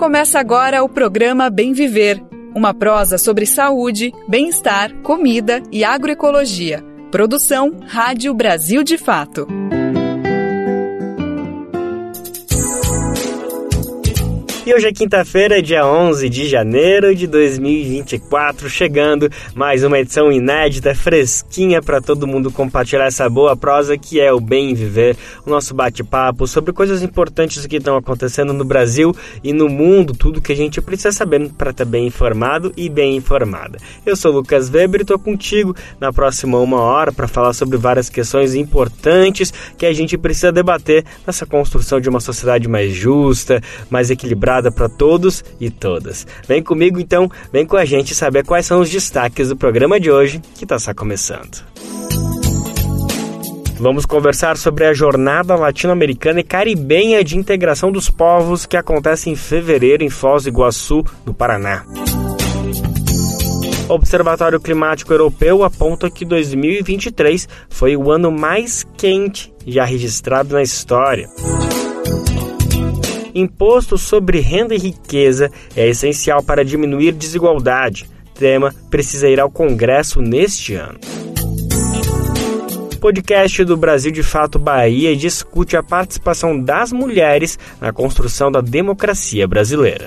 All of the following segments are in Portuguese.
Começa agora o programa Bem Viver, uma prosa sobre saúde, bem-estar, comida e agroecologia. Produção Rádio Brasil de Fato. E hoje é quinta-feira, dia 11 de janeiro de 2024, chegando mais uma edição inédita, fresquinha para todo mundo compartilhar essa boa prosa que é o Bem Viver, o nosso bate-papo sobre coisas importantes que estão acontecendo no Brasil e no mundo, tudo que a gente precisa saber para estar bem informado e bem informada. Eu sou o Lucas Weber e estou contigo na próxima uma hora para falar sobre várias questões importantes que a gente precisa debater nessa construção de uma sociedade mais justa, mais equilibrada para todos e todas. Vem comigo então, vem com a gente saber quais são os destaques do programa de hoje que está só começando. Vamos conversar sobre a Jornada Latino-Americana e Caribenha de Integração dos Povos que acontece em fevereiro em Foz do Iguaçu, no Paraná. O Observatório Climático Europeu aponta que 2023 foi o ano mais quente já registrado na história. Imposto sobre renda e riqueza é essencial para diminuir desigualdade. O tema precisa ir ao Congresso neste ano. O podcast do Brasil de Fato Bahia discute a participação das mulheres na construção da democracia brasileira.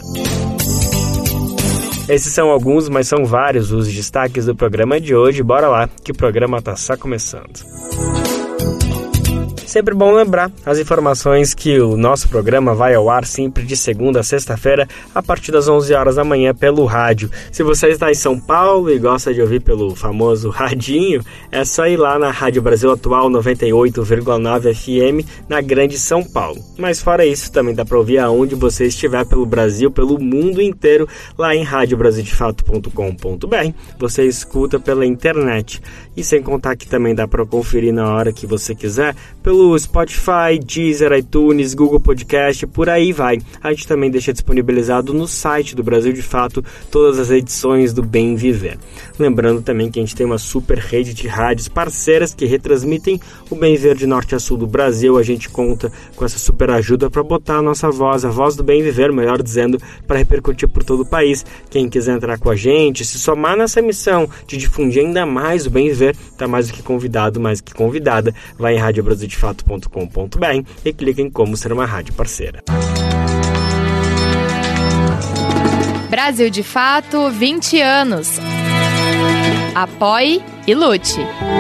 Esses são alguns, mas são vários os destaques do programa de hoje. Bora lá, que o programa está só começando. Sempre bom lembrar as informações que o nosso programa vai ao ar sempre de segunda a sexta-feira a partir das 11 horas da manhã pelo rádio. Se você está em São Paulo e gosta de ouvir pelo famoso radinho, é só ir lá na Rádio Brasil Atual 98,9 FM na Grande São Paulo. Mas fora isso, também dá para ouvir aonde você estiver pelo Brasil, pelo mundo inteiro, lá em radiobrasildefato.com.br. Você escuta pela internet. E sem contar que também dá para conferir na hora que você quiser pelo Spotify, Deezer, iTunes, Google Podcast, por aí vai. A gente também deixa disponibilizado no site do Brasil de Fato todas as edições do Bem Viver. Lembrando também que a gente tem uma super rede de rádios parceiras que retransmitem o Bem Viver de norte a sul do Brasil. A gente conta com essa super ajuda para botar a nossa voz, a voz do Bem Viver, melhor dizendo, para repercutir por todo o país. Quem quiser entrar com a gente, se somar nessa missão de difundir ainda mais o Bem Viver, está mais do que convidado, mais do que convidada, vai em radiobrasildefato.com.br e clica em como ser uma rádio parceira. Brasil de Fato, 20 anos. Apoie e lute.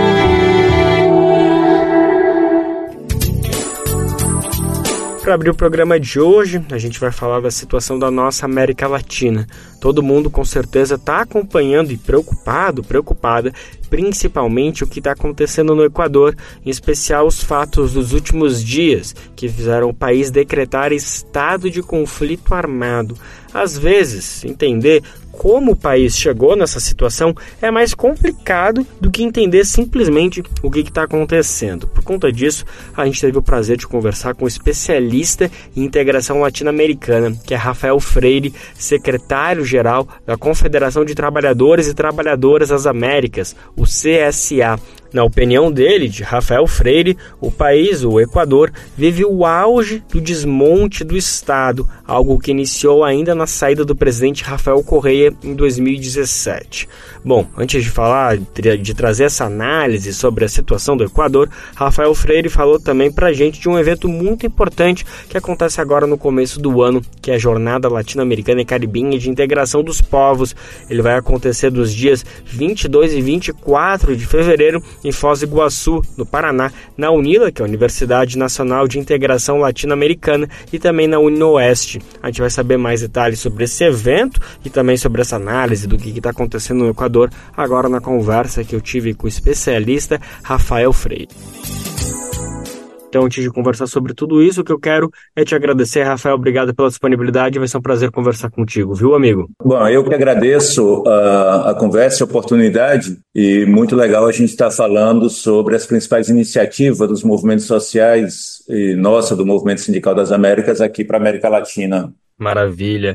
Para abrir o programa de hoje, a gente vai falar da situação da nossa América Latina. Todo mundo com certeza está acompanhando e preocupada, principalmente o que está acontecendo no Equador, em especial os fatos dos últimos dias, que fizeram o país decretar estado de conflito armado. Às vezes, entender como o país chegou nessa situação é mais complicado do que entender simplesmente o que está acontecendo. Por conta disso, a gente teve o prazer de conversar com um especialista em integração latino-americana, que é Rafael Freire, secretário-geral da Confederação de Trabalhadores e Trabalhadoras das Américas, o CSA. Na opinião dele, de Rafael Freire, o país, o Equador, vive o auge do desmonte do Estado, algo que iniciou ainda na saída do presidente Rafael Correa em 2017. Bom, antes de falar, de trazer essa análise sobre a situação do Equador, Rafael Freire falou também pra gente de um evento muito importante que acontece agora no começo do ano, que é a Jornada Latino-Americana e Caribenha de Integração dos Povos. Ele vai acontecer dos dias 22 e 24 de fevereiro em Foz do Iguaçu, no Paraná, na UNILA, que é a Universidade Nacional de Integração Latino-Americana, e também na UniOeste. A gente vai saber mais detalhes sobre esse evento e também sobre essa análise do que está acontecendo no Equador, agora na conversa que eu tive com o especialista Rafael Freire. Então, antes de conversar sobre tudo isso, o que eu quero é te agradecer, Rafael. Obrigado pela disponibilidade. Vai ser um prazer conversar contigo, viu, amigo? Bom, eu que agradeço a conversa, a oportunidade, e muito legal a gente estar falando sobre as principais iniciativas dos movimentos sociais e nossa, do Movimento Sindical das Américas aqui para a América Latina. Maravilha.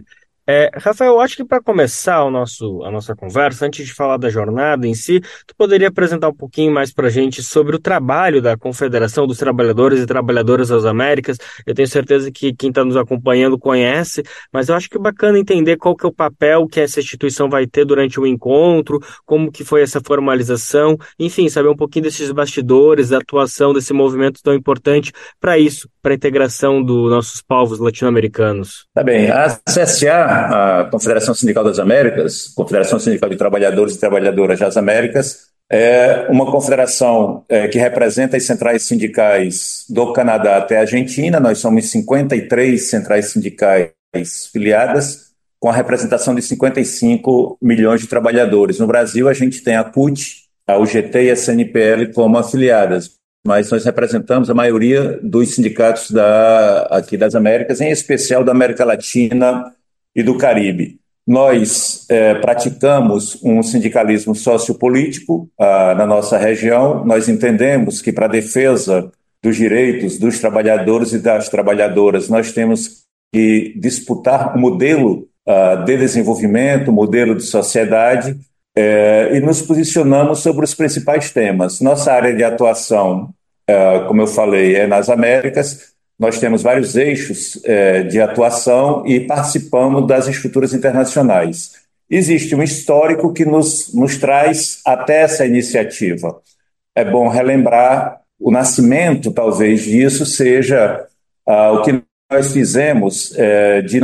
Rafael, eu acho que para começar a nossa conversa, antes de falar da jornada em si, tu poderia apresentar um pouquinho mais para a gente sobre o trabalho da Confederação dos Trabalhadores e Trabalhadoras das Américas. Eu tenho certeza que quem está nos acompanhando conhece, mas eu acho que é bacana entender qual que é o papel que essa instituição vai ter durante o encontro, como que foi essa formalização, enfim, saber um pouquinho desses bastidores, da atuação desse movimento tão importante para isso, para a integração dos nossos povos latino-americanos. Tá bem, a CSA, a Confederação Sindical das Américas, Confederação Sindical de Trabalhadores e Trabalhadoras das Américas, é uma confederação que representa as centrais sindicais do Canadá até a Argentina. Nós somos 53 centrais sindicais filiadas, com a representação de 55 milhões de trabalhadores. No Brasil, a gente tem a CUT, a UGT e a CNPL como afiliadas, mas nós representamos a maioria dos sindicatos aqui das Américas, em especial da América Latina e do Caribe. Nós praticamos um sindicalismo sociopolítico na nossa região. Nós entendemos que, para a defesa dos direitos dos trabalhadores e das trabalhadoras, nós temos que disputar um modelo de desenvolvimento, um modelo de sociedade, e nos posicionamos sobre os principais temas. Nossa área de atuação, como eu falei, é nas Américas. Nós temos vários eixos de atuação e participamos das estruturas internacionais. Existe um histórico que nos traz até essa iniciativa. É bom relembrar o nascimento, talvez, disso seja o que nós fizemos de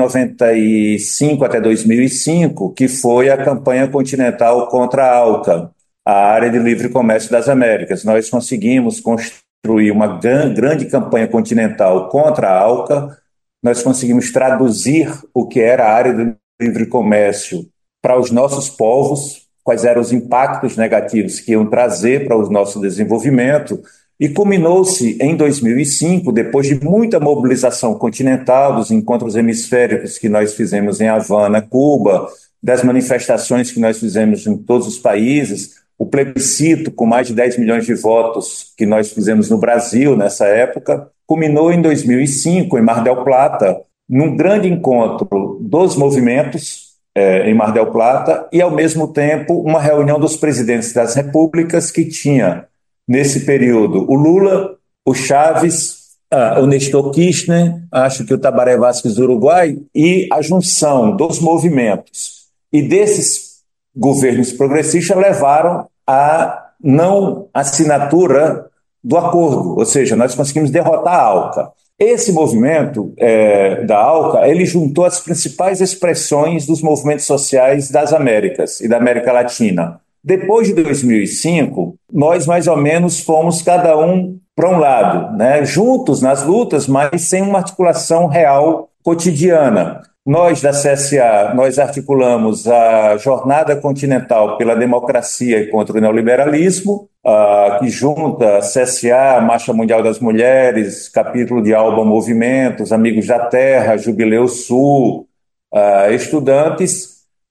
95 até 2005, que foi a campanha continental contra a ALCA, a Área de Livre Comércio das Américas. Nós conseguimos construir uma grande campanha continental contra a ALCA. Nós conseguimos traduzir o que era a Área de Livre Comércio para os nossos povos, quais eram os impactos negativos que iam trazer para o nosso desenvolvimento. E culminou-se em 2005, depois de muita mobilização continental, dos encontros hemisféricos que nós fizemos em Havana, Cuba, das manifestações que nós fizemos em todos os países, o plebiscito com mais de 10 milhões de votos que nós fizemos no Brasil nessa época, culminou em 2005, em Mar del Plata, num grande encontro dos movimentos em Mar del Plata e, ao mesmo tempo, uma reunião dos presidentes das repúblicas que tinha, nesse período, o Lula, o Chávez, o Néstor Kirchner, acho que o Tabaré Vázquez do Uruguai, e a junção dos movimentos e desses governos progressistas levaram à não assinatura do acordo, ou seja, nós conseguimos derrotar a ALCA. Esse movimento da ALCA, ele juntou as principais expressões dos movimentos sociais das Américas e da América Latina. Depois de 2005, nós mais ou menos fomos cada um para um lado, né? Juntos nas lutas, mas sem uma articulação real cotidiana. Nós, da CSA, nós articulamos a Jornada Continental pela Democracia e contra o Neoliberalismo, que junta a CSA, Marcha Mundial das Mulheres, Capítulo de Alba Movimentos, Amigos da Terra, Jubileu Sul, estudantes,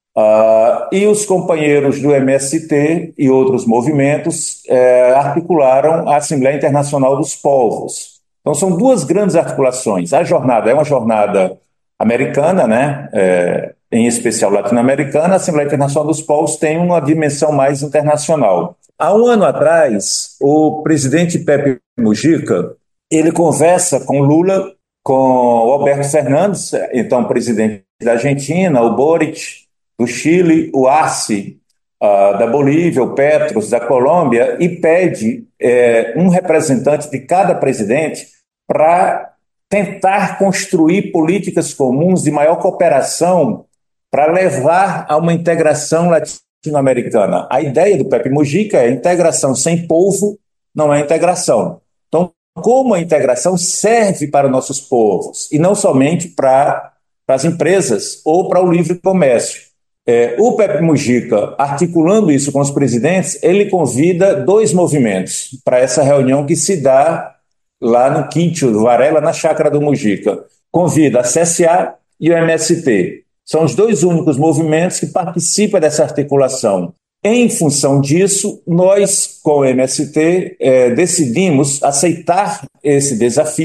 e os companheiros do MST e outros movimentos articularam a Assembleia Internacional dos Povos. Então, são duas grandes articulações. A jornada é uma jornada americana, né? Em especial latino-americana. A Assembleia Internacional dos Povos tem uma dimensão mais internacional. Há um ano atrás, o presidente Pepe Mujica, ele conversa com Lula, com o Alberto Fernandes, então presidente da Argentina, o Boric do Chile, o Arce da Bolívia, o Petros da Colômbia, e pede um representante de cada presidente para tentar construir políticas comuns de maior cooperação para levar a uma integração latino-americana. A ideia do Pepe Mujica é integração sem povo não é integração. Então, como a integração serve para nossos povos e não somente para as empresas ou para o livre comércio. O Pepe Mujica, articulando isso com os presidentes, ele convida dois movimentos para essa reunião que se dá lá no Quintio do Varela, na chácara do Mujica. Convida a CSA e o MST. São os dois únicos movimentos que participam dessa articulação. Em função disso, nós, com o MST, decidimos aceitar esse desafio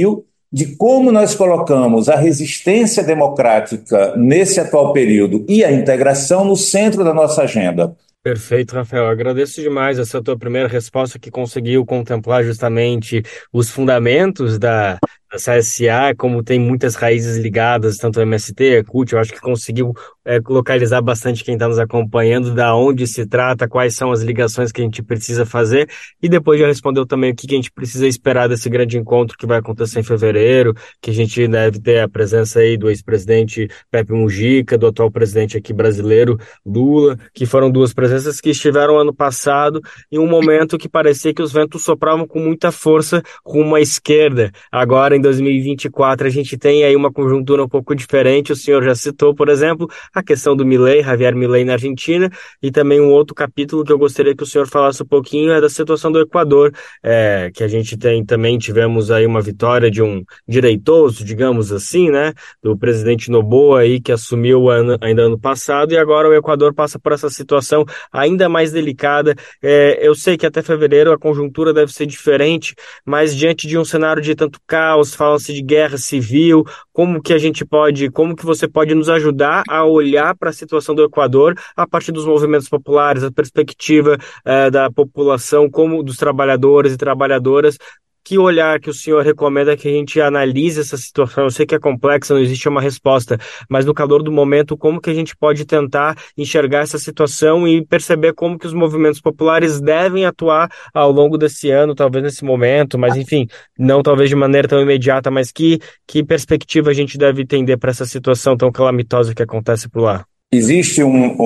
de como nós colocamos a resistência democrática nesse atual período e a integração no centro da nossa agenda. Perfeito, Rafael. Agradeço demais essa tua primeira resposta que conseguiu contemplar justamente os fundamentos da CSA, como tem muitas raízes ligadas, tanto ao MST, a CUT, eu acho que conseguiu localizar bastante quem está nos acompanhando, da onde se trata, quais são as ligações que a gente precisa fazer, e depois já respondeu também o que a gente precisa esperar desse grande encontro que vai acontecer em fevereiro, que a gente deve ter a presença aí do ex-presidente Pepe Mujica, do atual presidente aqui brasileiro, Lula, que foram duas presenças que estiveram ano passado em um momento que parecia que os ventos sopravam com muita força rumo à esquerda. Agora, em 2024, a gente tem aí uma conjuntura um pouco diferente. O senhor já citou, por exemplo, a questão do Milei, Javier Milei na Argentina, e também um outro capítulo que eu gostaria que o senhor falasse um pouquinho é da situação do Equador, que a gente tivemos aí uma vitória de um direitoso, digamos assim, né, do presidente Noboa aí, que assumiu ainda ano passado, e agora o Equador passa por essa situação ainda mais delicada. Eu sei que até fevereiro a conjuntura deve ser diferente, mas diante de um cenário de tanto caos, fala-se de guerra civil, como que você pode nos ajudar a olhar para a situação do Equador a partir dos movimentos populares, a perspectiva da população, como dos trabalhadores e trabalhadoras? Que olhar que o senhor recomenda que a gente analise essa situação? Eu sei que é complexa, não existe uma resposta, mas no calor do momento, como que a gente pode tentar enxergar essa situação e perceber como que os movimentos populares devem atuar ao longo desse ano, talvez nesse momento, mas enfim, não talvez de maneira tão imediata, mas que perspectiva a gente deve entender para essa situação tão calamitosa que acontece por lá? Existe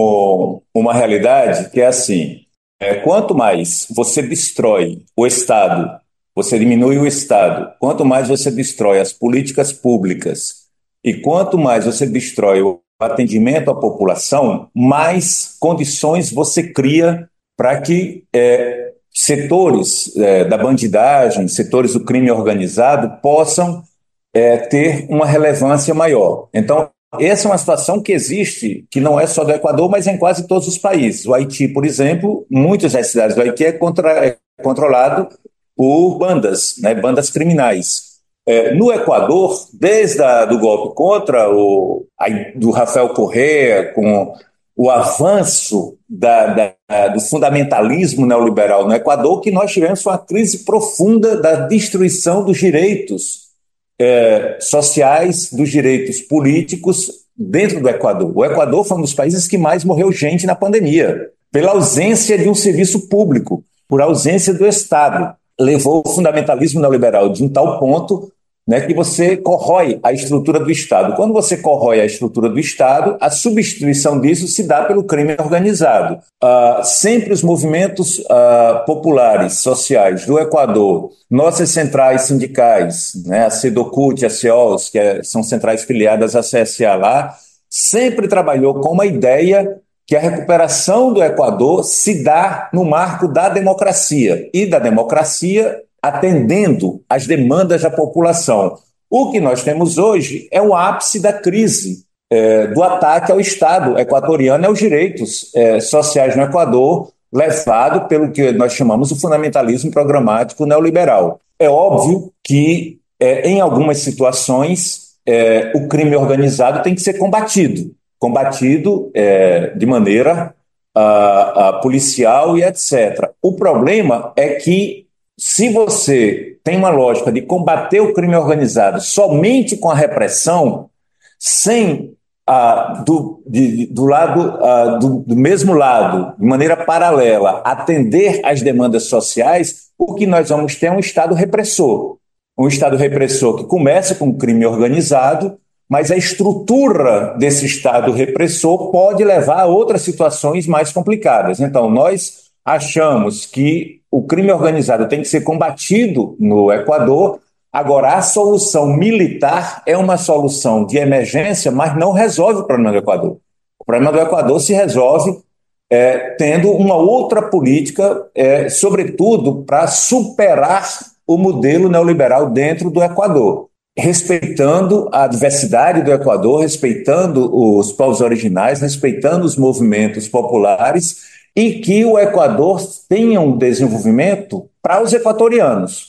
uma realidade que é assim, quanto mais você destrói o Estado, você diminui o Estado, quanto mais você destrói as políticas públicas e quanto mais você destrói o atendimento à população, mais condições você cria para que setores da bandidagem, setores do crime organizado possam ter uma relevância maior. Então, essa é uma situação que existe, que não é só do Equador, mas em quase todos os países. O Haiti, por exemplo, muitas das cidades do Haiti é controlado por bandas, né, bandas criminais. No Equador, desde do golpe contra do Rafael Correa, com o avanço do fundamentalismo neoliberal no Equador, que nós tivemos uma crise profunda da destruição dos direitos sociais, dos direitos políticos dentro do Equador. O Equador foi um dos países que mais morreu gente na pandemia, pela ausência de um serviço público, por ausência do Estado. Levou o fundamentalismo neoliberal de um tal ponto, né, que você corrói a estrutura do Estado. Quando você corrói a estrutura do Estado, a substituição disso se dá pelo crime organizado. Sempre os movimentos populares, sociais do Equador, nossas centrais sindicais, né, a CEDOCUT, a CEOLS, são centrais filiadas à CSA lá, sempre trabalhou com uma ideia que a recuperação do Equador se dá no marco da democracia, e da democracia atendendo às demandas da população. O que nós temos hoje é o ápice da crise, do ataque ao Estado equatoriano e aos direitos sociais no Equador, levado pelo que nós chamamos de fundamentalismo programático neoliberal. É óbvio que, em algumas situações, o crime organizado tem que ser combatido de maneira policial e etc. O problema é que, se você tem uma lógica de combater o crime organizado somente com a repressão, sem do mesmo lado, de maneira paralela, atender às demandas sociais, o que nós vamos ter é um Estado repressor. Um Estado repressor que começa com o crime organizado, mas a estrutura desse Estado repressor pode levar a outras situações mais complicadas. Então, nós achamos que o crime organizado tem que ser combatido no Equador. Agora, a solução militar é uma solução de emergência, mas não resolve o problema do Equador. O problema do Equador se resolve tendo uma outra política, sobretudo para superar o modelo neoliberal dentro do Equador, respeitando a diversidade do Equador, respeitando os povos originais, respeitando os movimentos populares, e que o Equador tenha um desenvolvimento para os equatorianos.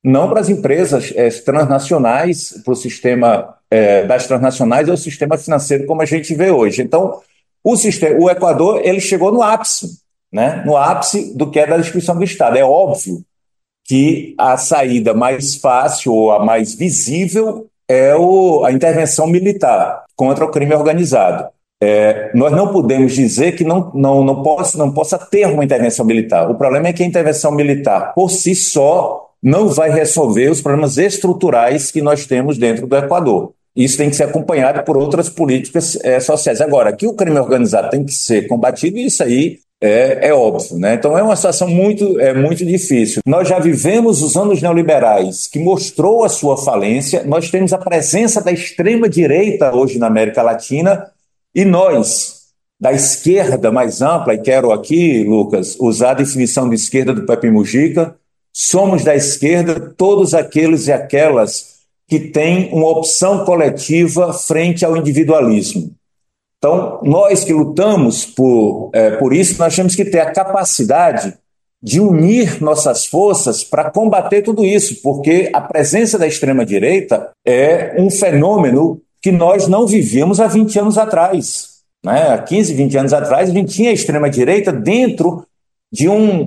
não para as empresas transnacionais, para o sistema das transnacionais ou o sistema financeiro como a gente vê hoje. Então, o Equador ele chegou no ápice, né? No ápice do que é da destruição do Estado. É óbvio que a saída mais fácil ou a mais visível é a intervenção militar contra o crime organizado. Nós não podemos dizer que não possa ter uma intervenção militar. O problema é que a intervenção militar, por si só, não vai resolver os problemas estruturais que nós temos dentro do Equador. Isso tem que ser acompanhado por outras políticas sociais. Agora, que o crime organizado tem que ser combatido, isso aí é óbvio, né? Então é uma situação muito difícil. Nós já vivemos os anos neoliberais, que mostrou a sua falência. Nós temos a presença da extrema-direita hoje na América Latina, e nós, da esquerda mais ampla, e quero aqui, Lucas, usar a definição de esquerda do Pepe Mujica, somos da esquerda todos aqueles e aquelas que têm uma opção coletiva frente ao individualismo. Então, nós que lutamos por isso, nós temos que ter a capacidade de unir nossas forças para combater tudo isso, porque a presença da extrema-direita é um fenômeno que nós não vivíamos há 20 anos atrás. Né? Há 15, 20 anos atrás, a gente tinha a extrema-direita dentro de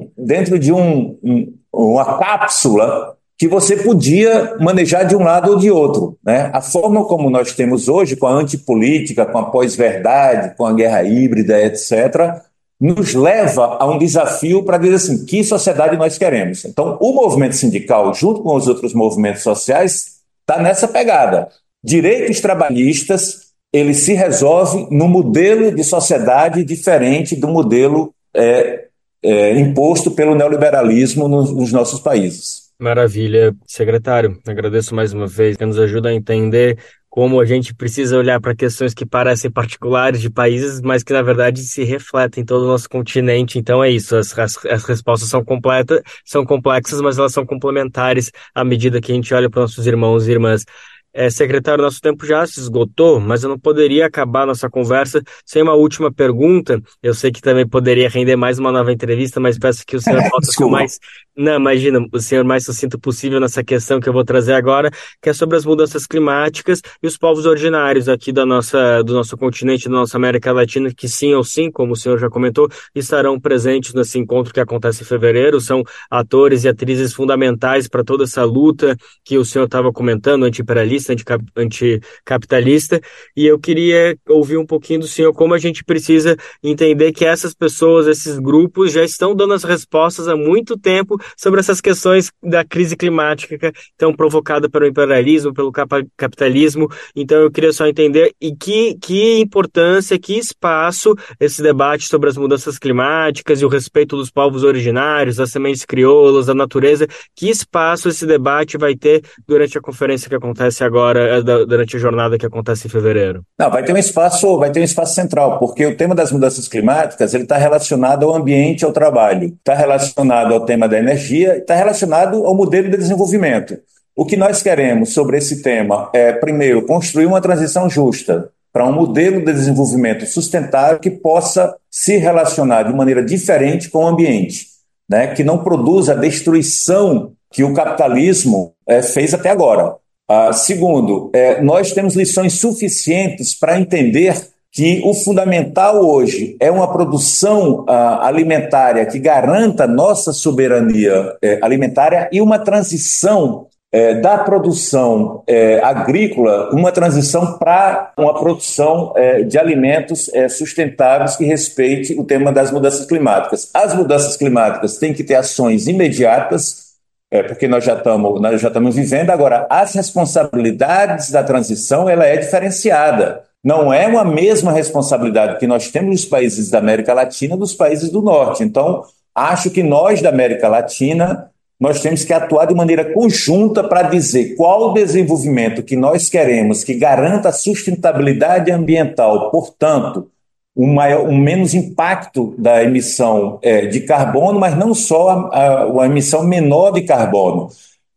uma cápsula que você podia manejar de um lado ou de outro. Né? A forma como nós temos hoje, com a antipolítica, com a pós-verdade, com a guerra híbrida, etc., nos leva a um desafio para dizer assim, que sociedade nós queremos. Então, o movimento sindical, junto com os outros movimentos sociais, está nessa pegada. Direitos trabalhistas, ele se resolve no modelo de sociedade diferente do modelo imposto pelo neoliberalismo nos nossos países. Maravilha, secretário. Agradeço mais uma vez, que nos ajuda a entender como a gente precisa olhar para questões que parecem particulares de países, mas que na verdade se refletem em todo o nosso continente. Então é isso, as respostas são complexas, mas elas são complementares à medida que a gente olha para nossos irmãos e irmãs. Secretário, nosso tempo já se esgotou, mas eu não poderia acabar nossa conversa sem uma última pergunta. Eu sei que também poderia render mais uma nova entrevista, mas peço que o senhor possa ser mais... Não, imagina, o senhor mais sucinto possível nessa questão que eu vou trazer agora, que é sobre as mudanças climáticas e os povos originários aqui do nosso continente, da nossa América Latina, que sim ou sim, como o senhor já comentou, estarão presentes nesse encontro que acontece em fevereiro. São atores e atrizes fundamentais para toda essa luta que o senhor estava comentando, anti-imperialista, anticapitalista, e eu queria ouvir um pouquinho do senhor como a gente precisa entender que essas pessoas, esses grupos já estão dando as respostas há muito tempo sobre essas questões da crise climática tão provocada pelo imperialismo, pelo capitalismo. Então eu queria só entender e que importância, que espaço esse debate sobre as mudanças climáticas e o respeito dos povos originários, das sementes crioulas, da natureza, que espaço esse debate vai ter durante a conferência que acontece agora, durante a jornada que acontece em fevereiro? Não, vai ter um espaço central, porque o tema das mudanças climáticas ele está relacionado ao ambiente, ao trabalho, está relacionado ao tema da energia, está relacionado ao modelo de desenvolvimento. O que nós queremos sobre esse tema é, primeiro, construir uma transição justa para um modelo de desenvolvimento sustentável que possa se relacionar de maneira diferente com o ambiente, né? Que não produza a destruição que o capitalismo fez até agora. Segundo, nós temos lições suficientes para entender que o fundamental hoje é uma produção alimentária que garanta nossa soberania alimentária e uma transição da produção agrícola, uma transição para uma produção de alimentos sustentáveis que respeite o tema das mudanças climáticas. As mudanças climáticas têm que ter ações imediatas, porque nós já estamos vivendo. Agora, as responsabilidades da transição ela é diferenciada. Não é uma mesma responsabilidade que nós temos nos países da América Latina dos países do Norte. Então, acho que nós da América Latina nós temos que atuar de maneira conjunta para dizer qual o desenvolvimento que nós queremos que garanta a sustentabilidade ambiental, portanto, um menos impacto da emissão de carbono, mas não só a emissão menor de carbono.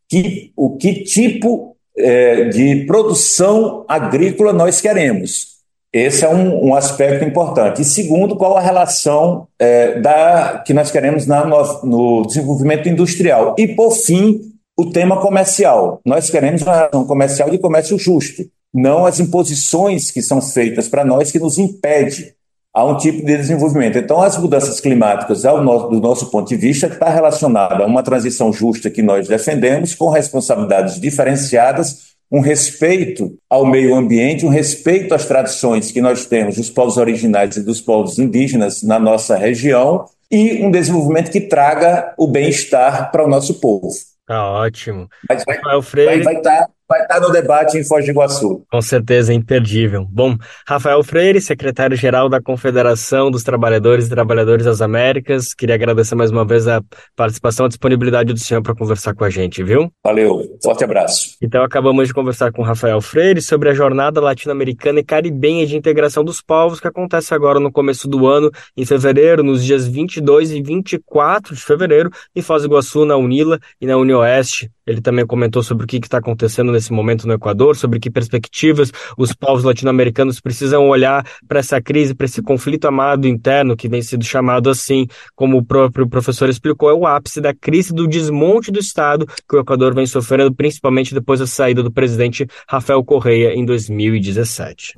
Que tipo de produção agrícola nós queremos? Esse é um aspecto importante. E segundo, qual a relação que nós queremos no desenvolvimento industrial? E, por fim, o tema comercial. Nós queremos uma relação comercial de comércio justo, não as imposições que são feitas para nós que nos impede a um tipo de desenvolvimento. Então, as mudanças climáticas, do nosso ponto de vista, está relacionada a uma transição justa que nós defendemos, com responsabilidades diferenciadas, um respeito ao meio ambiente, um respeito às tradições que nós temos dos povos originários e dos povos indígenas na nossa região e um desenvolvimento que traga o bem-estar para o nosso povo. Tá ótimo. Mas Rafael Freire vai estar no debate em Foz do Iguaçu. Com certeza, imperdível. Bom, Rafael Freire, secretário-geral da Confederação dos Trabalhadores e Trabalhadoras das Américas, queria agradecer mais uma vez a participação e a disponibilidade do senhor para conversar com a gente, viu? Valeu, forte abraço. Então, acabamos de conversar com Rafael Freire sobre a Jornada Latino-Americana e Caribenha de Integração dos Povos, que acontece agora no começo do ano, em fevereiro, nos dias 22 e 24 de fevereiro, em Foz do Iguaçu, na UNILA e na UniOeste. Ele também comentou sobre o que está acontecendo nesse momento no Equador, sobre que perspectivas os povos latino-americanos precisam olhar para essa crise, para esse conflito armado interno, que vem sido chamado assim, como o próprio professor explicou, é o ápice da crise do desmonte do Estado que o Equador vem sofrendo, principalmente depois da saída do presidente Rafael Correa em 2017.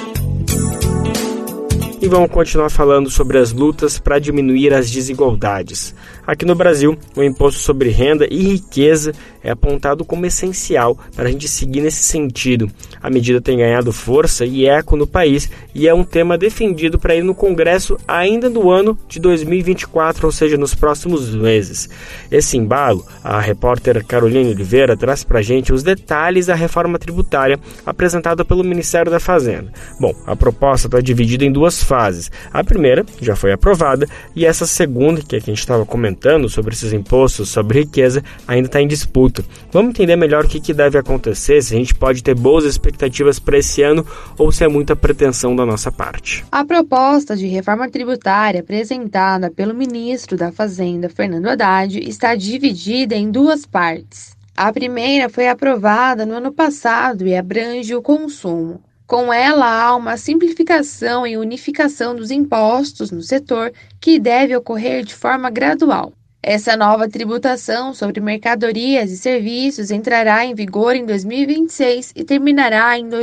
E vamos continuar falando sobre as lutas para diminuir as desigualdades. Aqui no Brasil, o imposto sobre renda e riqueza é apontado como essencial para a gente seguir nesse sentido. A medida tem ganhado força e eco no país e é um tema defendido para ir no Congresso ainda no ano de 2024, ou seja, nos próximos meses. Esse embalo, a repórter Caroline Oliveira traz para a gente os detalhes da reforma tributária apresentada pelo Ministério da Fazenda. Bom, a proposta está dividida em duas fases. A primeira já foi aprovada e essa segunda, que a gente estava comentando sobre esses impostos sobre riqueza, ainda está em disputa. Vamos entender melhor o que deve acontecer, se a gente pode ter boas expectativas para esse ano ou se é muita pretensão da nossa parte. A proposta de reforma tributária apresentada pelo ministro da Fazenda, Fernando Haddad, está dividida em duas partes. A primeira foi aprovada no ano passado e abrange o consumo. Com ela, há uma simplificação e unificação dos impostos no setor que deve ocorrer de forma gradual. Essa nova tributação sobre mercadorias e serviços entrará em vigor em 2026 e terminará em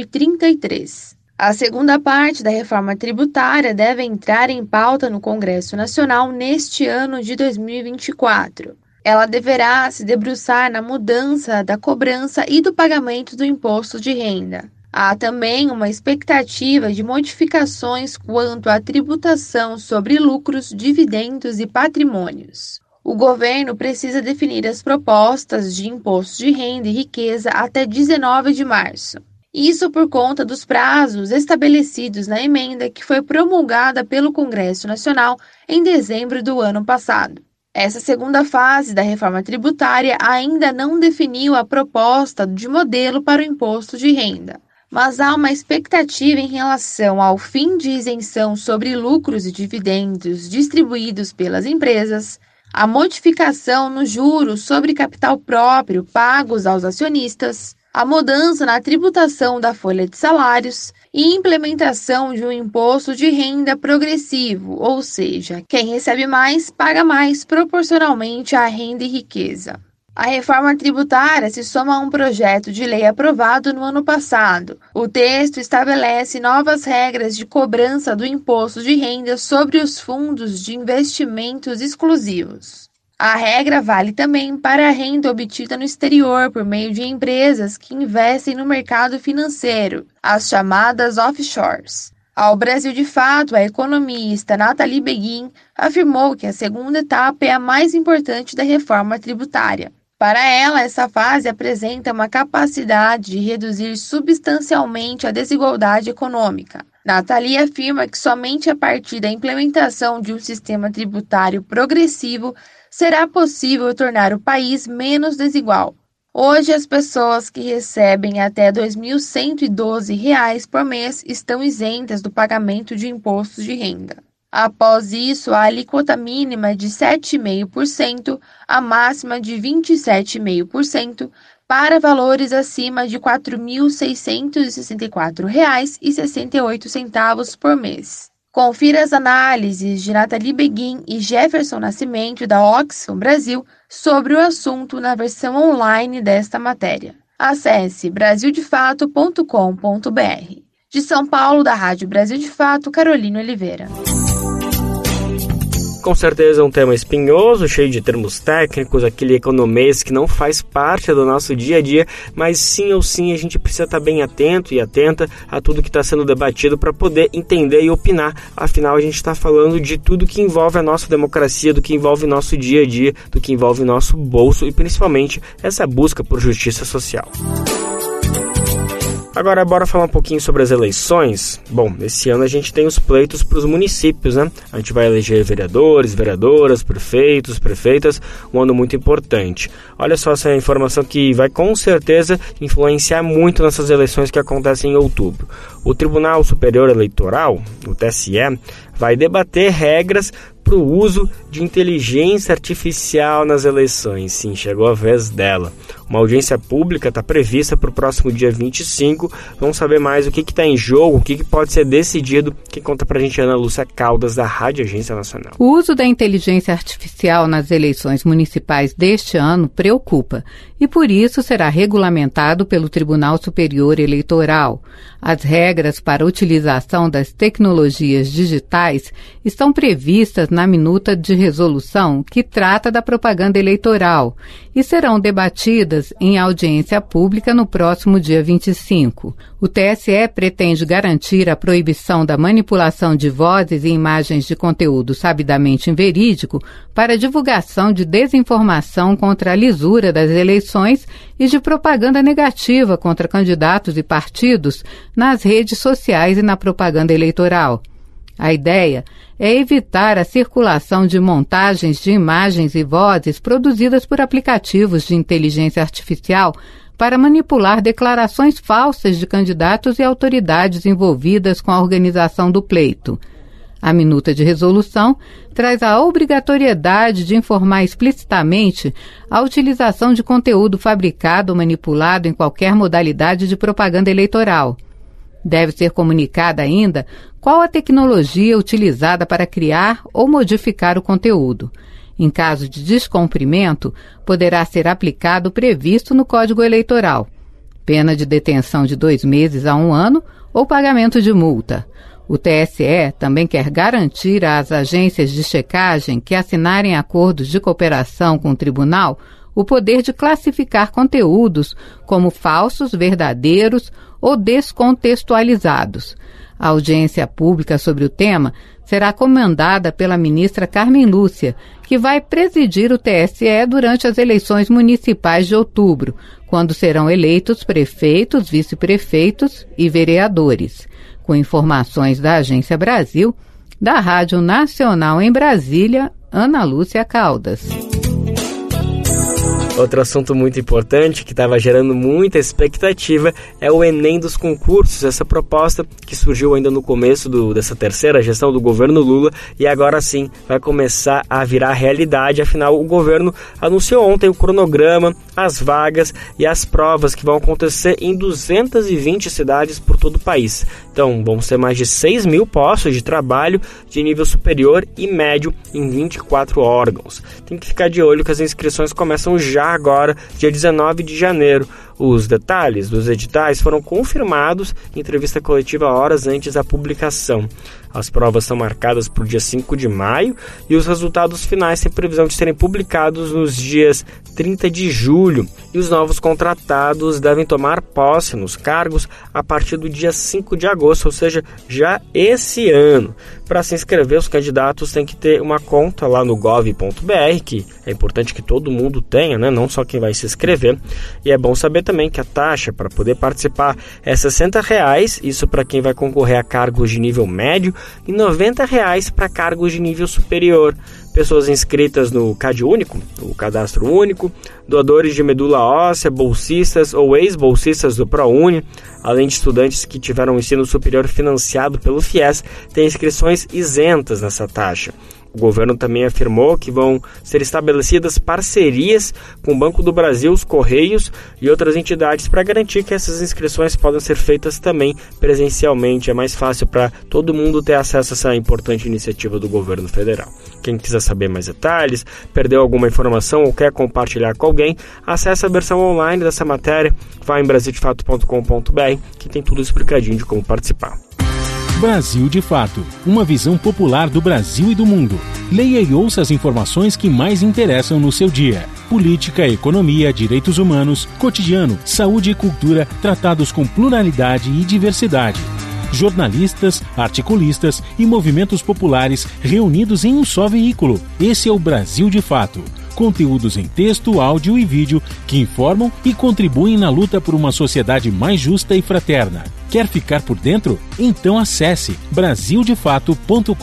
2033. A segunda parte da reforma tributária deve entrar em pauta no Congresso Nacional neste ano de 2024. Ela deverá se debruçar na mudança da cobrança e do pagamento do imposto de renda. Há também uma expectativa de modificações quanto à tributação sobre lucros, dividendos e patrimônios. O governo precisa definir as propostas de imposto de renda e riqueza até 19 de março. Isso por conta dos prazos estabelecidos na emenda que foi promulgada pelo Congresso Nacional em dezembro do ano passado. Essa segunda fase da reforma tributária ainda não definiu a proposta de modelo para o imposto de renda. Mas há uma expectativa em relação ao fim de isenção sobre lucros e dividendos distribuídos pelas empresas, a modificação nos juros sobre capital próprio pagos aos acionistas, a mudança na tributação da folha de salários e implementação de um imposto de renda progressivo, ou seja, quem recebe mais paga mais proporcionalmente à renda e riqueza. A reforma tributária se soma a um projeto de lei aprovado no ano passado. O texto estabelece novas regras de cobrança do imposto de renda sobre os fundos de investimentos exclusivos. A regra vale também para a renda obtida no exterior por meio de empresas que investem no mercado financeiro, as chamadas offshores. Ao Brasil de Fato, a economista Nathalie Beguin afirmou que a segunda etapa é a mais importante da reforma tributária. Para ela, essa fase apresenta uma capacidade de reduzir substancialmente a desigualdade econômica. Nathalie afirma que somente a partir da implementação de um sistema tributário progressivo será possível tornar o país menos desigual. Hoje, as pessoas que recebem até R$ 2.112 por mês estão isentas do pagamento de impostos de renda. Após isso, a alíquota mínima é de 7,5%, a máxima de 27,5% para valores acima de R$ 4.664,68 por mês. Confira as análises de Nathalie Beguin e Jefferson Nascimento, da Oxfam Brasil, sobre o assunto na versão online desta matéria. Acesse brasildefato.com.br. De São Paulo, da Rádio Brasil de Fato, Carolina Oliveira. Com certeza um tema espinhoso, cheio de termos técnicos, aquele economês que não faz parte do nosso dia a dia, mas sim ou sim a gente precisa estar bem atento e atenta a tudo que está sendo debatido para poder entender e opinar. Afinal, a gente está falando de tudo que envolve a nossa democracia, do que envolve o nosso dia a dia, do que envolve o nosso bolso e principalmente essa busca por justiça social. Agora, bora falar um pouquinho sobre as eleições. Bom, esse ano a gente tem os pleitos para os municípios, né? A gente vai eleger vereadores, vereadoras, prefeitos, prefeitas, um ano muito importante. Olha só essa informação que vai com certeza influenciar muito nessas eleições que acontecem em outubro. O Tribunal Superior Eleitoral, o TSE, vai debater regras para o uso de inteligência artificial nas eleições. Sim, chegou a vez dela. Uma audiência pública está prevista para o próximo dia 25. Vamos saber mais o que está em jogo, o que pode ser decidido. Quem conta para a gente é Ana Lúcia Caldas, da Rádio Agência Nacional. O uso da inteligência artificial nas eleições municipais deste ano preocupa e, por isso, será regulamentado pelo Tribunal Superior Eleitoral. As regras para a utilização das tecnologias digitais estão previstas na minuta de resolução que trata da propaganda eleitoral e serão debatidas em audiência pública no próximo dia 25. O TSE pretende garantir a proibição da manipulação de vozes e imagens de conteúdo sabidamente inverídico para divulgação de desinformação contra a lisura das eleições e de propaganda negativa contra candidatos e partidos nas redes sociais e na propaganda eleitoral. A ideia é evitar a circulação de montagens de imagens e vozes produzidas por aplicativos de inteligência artificial para manipular declarações falsas de candidatos e autoridades envolvidas com a organização do pleito. A minuta de resolução traz a obrigatoriedade de informar explicitamente a utilização de conteúdo fabricado ou manipulado em qualquer modalidade de propaganda eleitoral. Deve ser comunicada ainda qual a tecnologia utilizada para criar ou modificar o conteúdo. Em caso de descumprimento, poderá ser aplicado o previsto no Código Eleitoral: pena de detenção de 2 meses a 1 ano ou pagamento de multa. O TSE também quer garantir às agências de checagem que assinarem acordos de cooperação com o tribunal o poder de classificar conteúdos como falsos, verdadeiros ou descontextualizados. A audiência pública sobre o tema será comandada pela ministra Carmen Lúcia, que vai presidir o TSE durante as eleições municipais de outubro, quando serão eleitos prefeitos, vice-prefeitos e vereadores. Com informações da Agência Brasil, da Rádio Nacional em Brasília, Ana Lúcia Caldas. Outro assunto muito importante que estava gerando muita expectativa é o Enem dos concursos, essa proposta que surgiu ainda no começo dessa terceira gestão do governo Lula e agora sim vai começar a virar realidade. Afinal, o governo anunciou ontem o cronograma, as vagas e as provas que vão acontecer em 220 cidades por todo o país. Então, vão ser mais de 6 mil postos de trabalho de nível superior e médio em 24 órgãos. Tem que ficar de olho que as inscrições começam já agora, dia 19 de janeiro. Os detalhes dos editais foram confirmados em entrevista coletiva horas antes da publicação. As provas são marcadas para o dia 5 de maio e os resultados finais têm previsão de serem publicados nos dias 30 de julho. E os novos contratados devem tomar posse nos cargos a partir do dia 5 de agosto, ou seja, já esse ano. Para se inscrever, os candidatos têm que ter uma conta lá no gov.br, que é importante que todo mundo tenha, né? Não só quem vai se inscrever. E é bom saber também que a taxa para poder participar é R$ 60, isso para quem vai concorrer a cargos de nível médio, e R$ 90 para cargos de nível superior. Pessoas inscritas no CAD único, o cadastro único, doadores de medula óssea, bolsistas ou ex-bolsistas do ProUni, além de estudantes que tiveram o ensino superior financiado pelo FIES, têm inscrições isentas nessa taxa. O governo também afirmou que vão ser estabelecidas parcerias com o Banco do Brasil, os Correios e outras entidades para garantir que essas inscrições podem ser feitas também presencialmente. É mais fácil para todo mundo ter acesso a essa importante iniciativa do governo federal. Quem quiser saber mais detalhes, perdeu alguma informação ou quer compartilhar com alguém, acesse a versão online dessa matéria, vai em brasildefato.com.br, que tem tudo explicadinho de como participar. Brasil de Fato, uma visão popular do Brasil e do mundo. Leia e ouça as informações que mais interessam no seu dia. Política, economia, direitos humanos, cotidiano, saúde e cultura, tratados com pluralidade e diversidade. Jornalistas, articulistas e movimentos populares reunidos em um só veículo. Esse é o Brasil de Fato. Conteúdos em texto, áudio e vídeo que informam e contribuem na luta por uma sociedade mais justa e fraterna. Quer ficar por dentro? Então acesse brasildefato.com.br.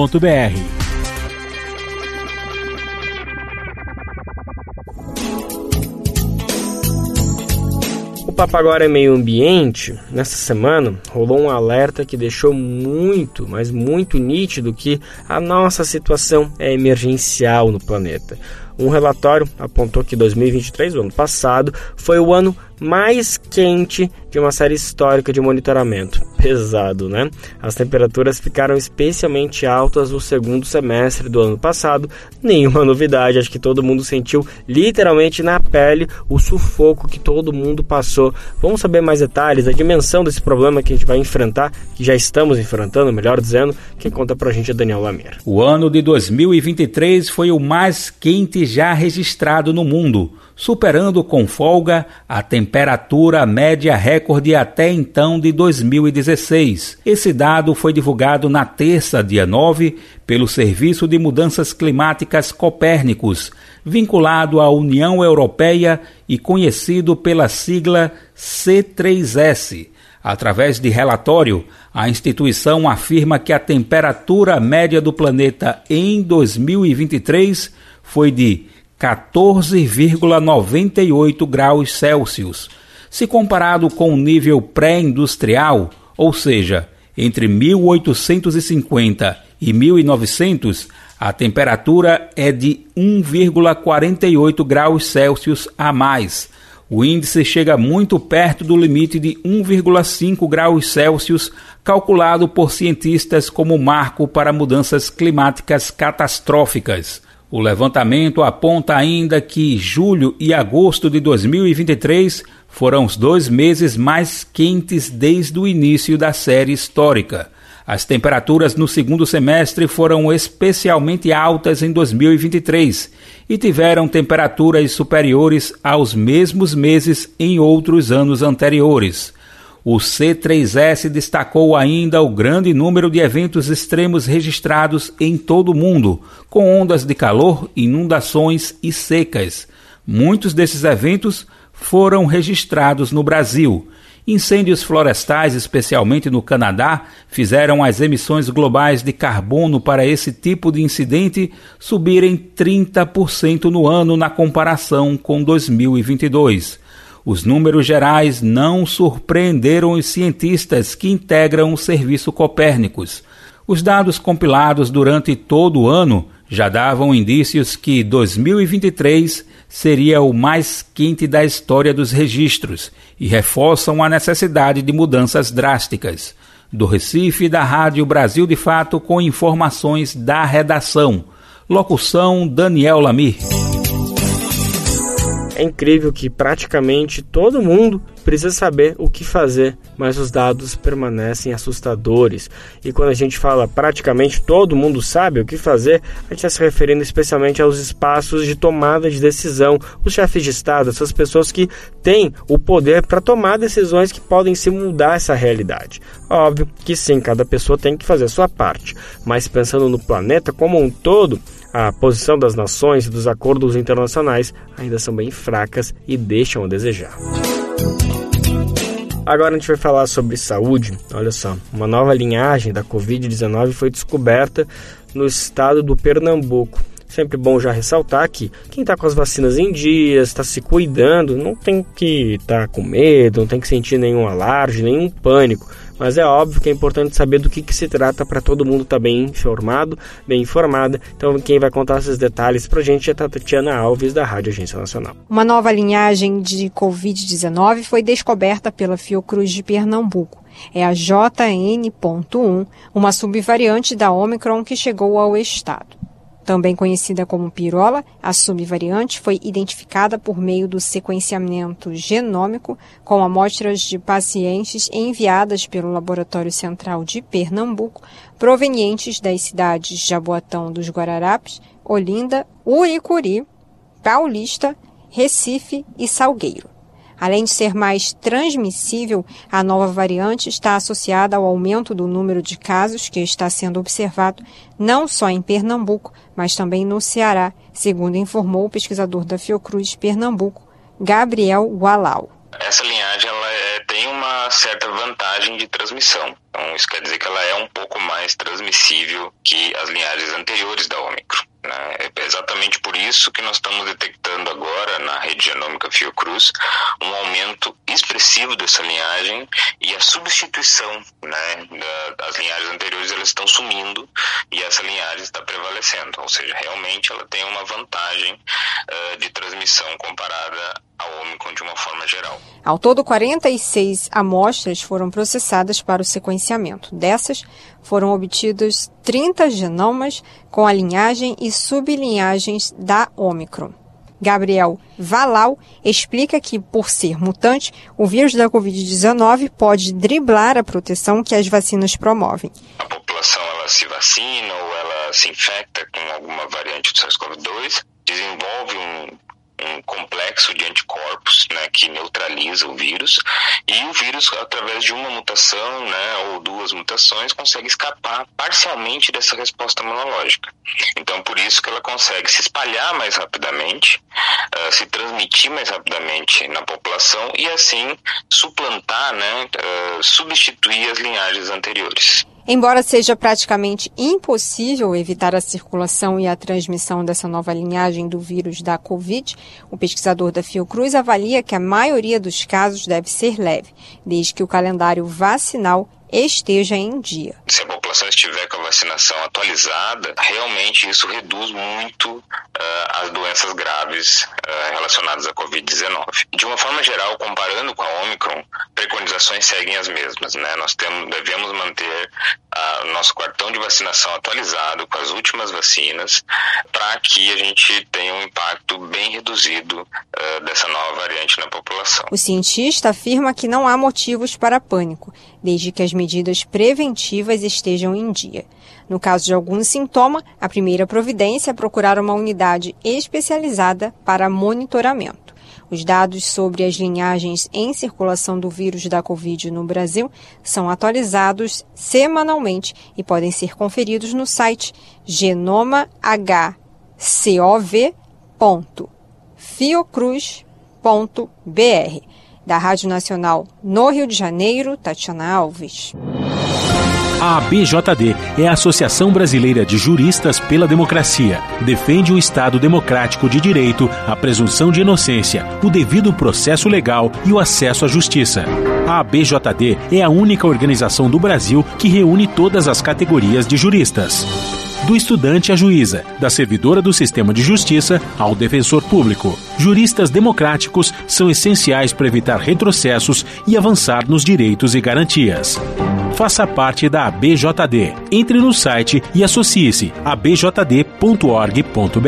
O papo agora é meio ambiente. Nessa semana rolou um alerta que deixou muito, mas muito nítido que a nossa situação é emergencial no planeta. Um relatório apontou que 2023, o ano passado, foi o ano mais quente de uma série histórica de monitoramento. Pesado, né? As temperaturas ficaram especialmente altas no segundo semestre do ano passado. Nenhuma novidade, acho que todo mundo sentiu literalmente na pele o sufoco que todo mundo passou. Vamos saber mais detalhes, a dimensão desse problema que a gente vai enfrentar, que já estamos enfrentando, melhor dizendo. Quem conta pra gente é Daniel Lamir. O ano de 2023 foi o mais quente já registrado no mundo, superando com folga a temperatura média recorde até então de 2016. Esse dado foi divulgado na terça, dia 9, pelo Serviço de Mudanças Climáticas Copérnicos, vinculado à União Europeia e conhecido pela sigla C3S. Através de relatório, a instituição afirma que a temperatura média do planeta em 2023 foi de 14,98 graus Celsius. Se comparado com o nível pré-industrial, ou seja, entre 1850 e 1900, a temperatura é de 1,48 graus Celsius a mais. O índice chega muito perto do limite de 1,5 graus Celsius, calculado por cientistas como marco para mudanças climáticas catastróficas. O levantamento aponta ainda que julho e agosto de 2023 foram os 2 meses mais quentes desde o início da série histórica. As temperaturas no segundo semestre foram especialmente altas em 2023 e tiveram temperaturas superiores aos mesmos meses em outros anos anteriores. O C3S destacou ainda o grande número de eventos extremos registrados em todo o mundo, com ondas de calor, inundações e secas. Muitos desses eventos foram registrados no Brasil. Incêndios florestais, especialmente no Canadá, fizeram as emissões globais de carbono para esse tipo de incidente subirem 30% no ano na comparação com 2022. Os números gerais não surpreenderam os cientistas que integram o Serviço Copérnicos. Os dados compilados durante todo o ano já davam indícios que 2023 seria o mais quente da história dos registros e reforçam a necessidade de mudanças drásticas. Do Recife, da Rádio Brasil de Fato, com informações da redação. Locução Daniel Lamir. É incrível que praticamente todo mundo precisa saber o que fazer, mas os dados permanecem assustadores. E quando a gente fala praticamente todo mundo sabe o que fazer, a gente está se referindo especialmente aos espaços de tomada de decisão, os chefes de Estado, essas pessoas que têm o poder para tomar decisões que podem se mudar essa realidade. Óbvio que sim, cada pessoa tem que fazer a sua parte, mas pensando no planeta como um todo, a posição das nações e dos acordos internacionais ainda são bem fracas e deixam a desejar. Agora a gente vai falar sobre saúde. Olha só, uma nova linhagem da Covid-19 foi descoberta no estado do Pernambuco. Sempre bom já ressaltar que quem está com as vacinas em dias, está se cuidando, não tem que estar com medo, não tem que sentir nenhum alarde, nenhum pânico. Mas é óbvio que é importante saber do que se trata para todo mundo estar bem informado, bem informada. Então quem vai contar esses detalhes para a gente é a Tatiana Alves, da Rádio Agência Nacional. Uma nova linhagem de Covid-19 foi descoberta pela Fiocruz de Pernambuco. É a JN.1, uma subvariante da Omicron que chegou ao estado. Também conhecida como pirola, a subvariante foi identificada por meio do sequenciamento genômico com amostras de pacientes enviadas pelo Laboratório Central de Pernambuco, provenientes das cidades de Jaboatão dos Guararapes, Olinda, Uicuri, Paulista, Recife e Salgueiro. Além de ser mais transmissível, a nova variante está associada ao aumento do número de casos que está sendo observado não só em Pernambuco, mas também no Ceará, segundo informou o pesquisador da Fiocruz Pernambuco, Gabriel Walau. Essa linhagem tem uma certa vantagem de transmissão. Então, isso quer dizer que ela é um pouco mais transmissível que as linhagens anteriores da Omicron. É exatamente por isso que nós estamos detectando agora na rede genômica Fiocruz um aumento expressivo dessa linhagem e a substituição, das linhagens anteriores, elas estão sumindo e essa linhagem está prevalecendo, ou seja, realmente ela tem uma vantagem de transmissão comparada ao Omicron de uma forma geral. Ao todo, 46 amostras foram processadas para o sequenciamento. Dessas, foram obtidos 30 genomas com a linhagem e sublinhagens da Omicron. Gabriel Walau explica que, por ser mutante, o vírus da Covid-19 pode driblar a proteção que as vacinas promovem. A população ela se vacina ou ela se infecta com alguma variante do SARS-CoV-2, desenvolve um complexo de anticorpos, que neutraliza o vírus, e o vírus, através de uma mutação, ou duas mutações, consegue escapar parcialmente dessa resposta imunológica. Então, por isso que ela consegue se espalhar mais rapidamente, se transmitir mais rapidamente na população e, assim, suplantar, substituir as linhagens anteriores. Embora seja praticamente impossível evitar a circulação e a transmissão dessa nova linhagem do vírus da Covid, o pesquisador da Fiocruz avalia que a maioria dos casos deve ser leve, desde que o calendário vacinal esteja em dia. Se a população estiver com a vacinação atualizada, realmente isso reduz muito as doenças graves relacionadas à Covid-19. De uma forma geral, comparando com a Omicron, preconizações seguem as mesmas. Nós devemos manter nosso cartão de vacinação atualizado com as últimas vacinas para que a gente tenha um impacto bem reduzido dessa nova variante na população. O cientista afirma que não há motivos para pânico, desde que as medidas preventivas estejam em dia. No caso de algum sintoma, a primeira providência é procurar uma unidade especializada para monitoramento. Os dados sobre as linhagens em circulação do vírus da Covid no Brasil são atualizados semanalmente e podem ser conferidos no site genomahcov.fiocruz.br. Da Rádio Nacional no Rio de Janeiro, Tatiana Alves. A ABJD é a Associação Brasileira de Juristas pela Democracia. Defende o Estado democrático de direito, a presunção de inocência, o devido processo legal e o acesso à justiça. A ABJD é a única organização do Brasil que reúne todas as categorias de juristas. Do estudante à juíza, da servidora do sistema de justiça ao defensor público. Juristas democráticos são essenciais para evitar retrocessos e avançar nos direitos e garantias. Faça parte da ABJD. Entre no site e associe-se a abjd.org.br.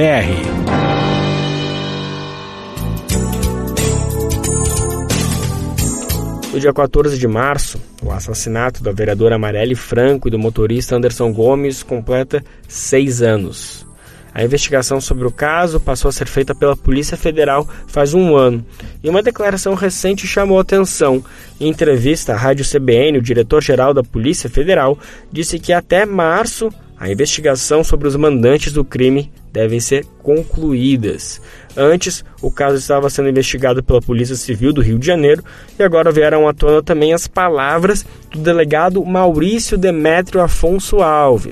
No dia 14 de março, o assassinato da vereadora Marielle Franco e do motorista Anderson Gomes completa 6 anos. A investigação sobre o caso passou a ser feita pela Polícia Federal faz 1 ano, e uma declaração recente chamou a atenção. Em entrevista à Rádio CBN, o diretor-geral da Polícia Federal disse que até março a investigação sobre os mandantes do crime devem ser concluídas. Antes, o caso estava sendo investigado pela Polícia Civil do Rio de Janeiro e agora vieram à tona também as palavras do delegado Maurício Demétrio Afonso Alves.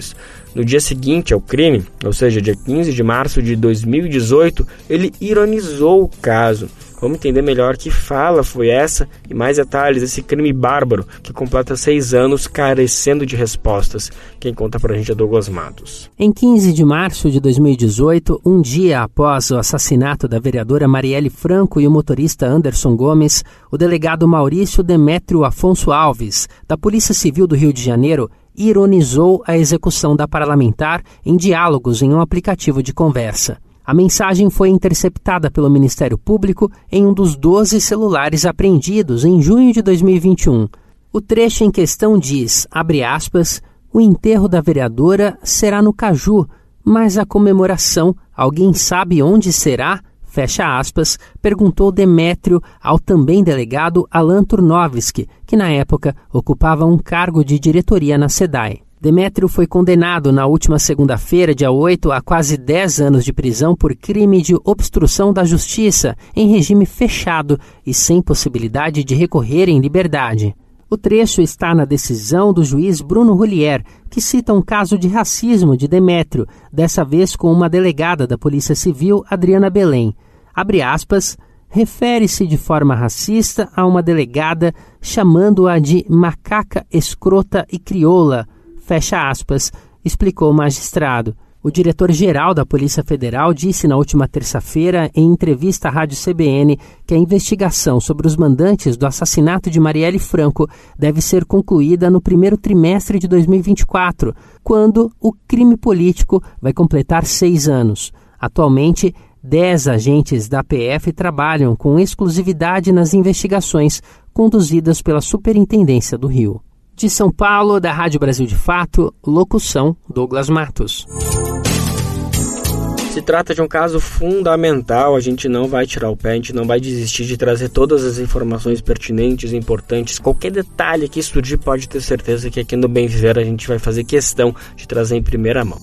No dia seguinte ao crime, ou seja, dia 15 de março de 2018, ele ironizou o caso. Vamos entender melhor que fala foi essa e mais detalhes desse crime bárbaro que completa 6 anos carecendo de respostas. Quem conta pra gente é Douglas Matos. Em 15 de março de 2018, um dia após o assassinato da vereadora Marielle Franco e o motorista Anderson Gomes, o delegado Maurício Demétrio Afonso Alves, da Polícia Civil do Rio de Janeiro, ironizou a execução da parlamentar em diálogos em um aplicativo de conversa. A mensagem foi interceptada pelo Ministério Público em um dos 12 celulares apreendidos em junho de 2021. O trecho em questão diz, abre aspas, o enterro da vereadora será no Caju, mas a comemoração, alguém sabe onde será? Fecha aspas, perguntou Demétrio ao também delegado Alan Turnovski, que na época ocupava um cargo de diretoria na SEDAI. Demétrio foi condenado na última segunda-feira, dia 8, a quase 10 anos de prisão por crime de obstrução da justiça em regime fechado e sem possibilidade de recorrer em liberdade. O trecho está na decisão do juiz Bruno Rullier, que cita um caso de racismo de Demétrio, dessa vez com uma delegada da Polícia Civil, Adriana Belém. Abre aspas, refere-se de forma racista a uma delegada chamando-a de macaca escrota e crioula, fecha aspas, explicou o magistrado. O diretor-geral da Polícia Federal disse na última terça-feira, em entrevista à Rádio CBN, que a investigação sobre os mandantes do assassinato de Marielle Franco deve ser concluída no primeiro trimestre de 2024, quando o crime político vai completar 6 anos. Atualmente, 10 agentes da PF trabalham com exclusividade nas investigações conduzidas pela Superintendência do Rio. De São Paulo, da Rádio Brasil de Fato, locução Douglas Matos. Se trata de um caso fundamental, a gente não vai tirar o pé, a gente não vai desistir de trazer todas as informações pertinentes e importantes. Qualquer detalhe que surgir, pode ter certeza que aqui no Bem Viver a gente vai fazer questão de trazer em primeira mão.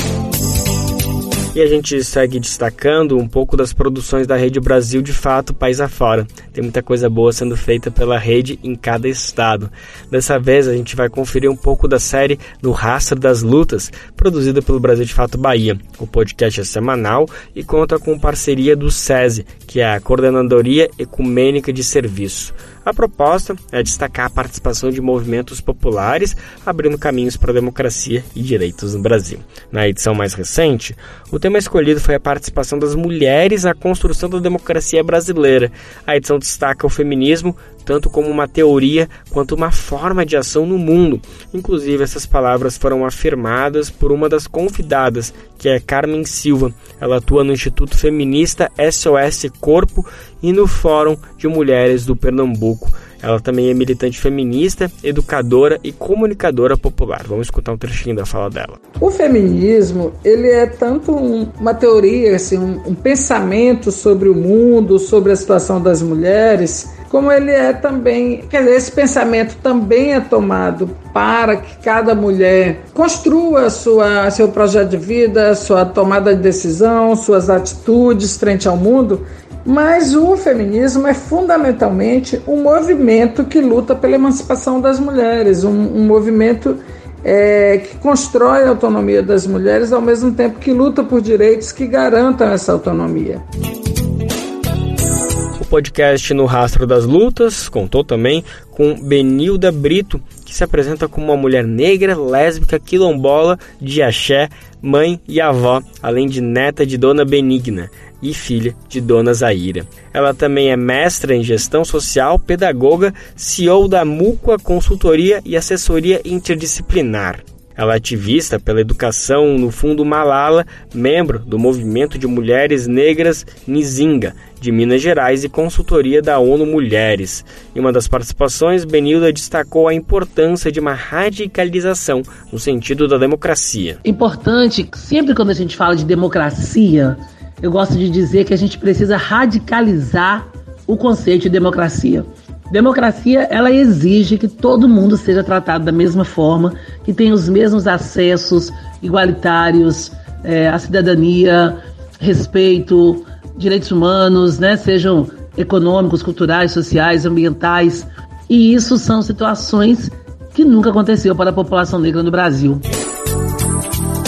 E a gente segue destacando um pouco das produções da Rede Brasil de Fato, país afora. Tem muita coisa boa sendo feita pela rede em cada estado. Dessa vez a gente vai conferir um pouco da série No Rastro das Lutas, produzida pelo Brasil de Fato Bahia. O podcast é semanal e conta com parceria do SESI, que é a Coordenadoria Ecumênica de Serviço. A proposta é destacar a participação de movimentos populares, abrindo caminhos para a democracia e direitos no Brasil. Na edição mais recente, o tema escolhido foi a participação das mulheres na construção da democracia brasileira. A edição destaca o feminismo tanto como uma teoria quanto uma forma de ação no mundo. Inclusive, essas palavras foram afirmadas por uma das convidadas, que é Carmen Silva. Ela atua no Instituto Feminista SOS Corpo e no Fórum de Mulheres do Pernambuco. Ela também é militante feminista, educadora e comunicadora popular. Vamos escutar um trechinho da fala dela. O feminismo, ele é tanto uma teoria, assim, um pensamento sobre o mundo, sobre a situação das mulheres, como ele é também, quer dizer, esse pensamento também é tomado para que cada mulher construa seu projeto de vida, sua tomada de decisão, suas atitudes frente ao mundo. Mas o feminismo é fundamentalmente um movimento que luta pela emancipação das mulheres, um movimento que constrói a autonomia das mulheres ao mesmo tempo que luta por direitos que garantam essa autonomia. O podcast No Rastro das Lutas contou também com Benilda Brito, que se apresenta como uma mulher negra, lésbica, quilombola, de axé, mãe e avó, além de neta de Dona Benigna e filha de Dona Zaira. Ela também é mestra em gestão social, pedagoga, CEO da Muqua Consultoria e Assessoria Interdisciplinar. Ela é ativista pela educação no Fundo Malala, membro do Movimento de Mulheres Negras Nzinga, de Minas Gerais, e consultoria da ONU Mulheres. Em uma das participações, Benilda destacou a importância de uma radicalização no sentido da democracia. Importante, sempre quando a gente fala de democracia, eu gosto de dizer que a gente precisa radicalizar o conceito de democracia. Democracia, ela exige que todo mundo seja tratado da mesma forma, que tenha os mesmos acessos igualitários à cidadania, respeito, direitos humanos, né, sejam econômicos, culturais, sociais, ambientais. E isso são situações que nunca aconteceu para a população negra no Brasil.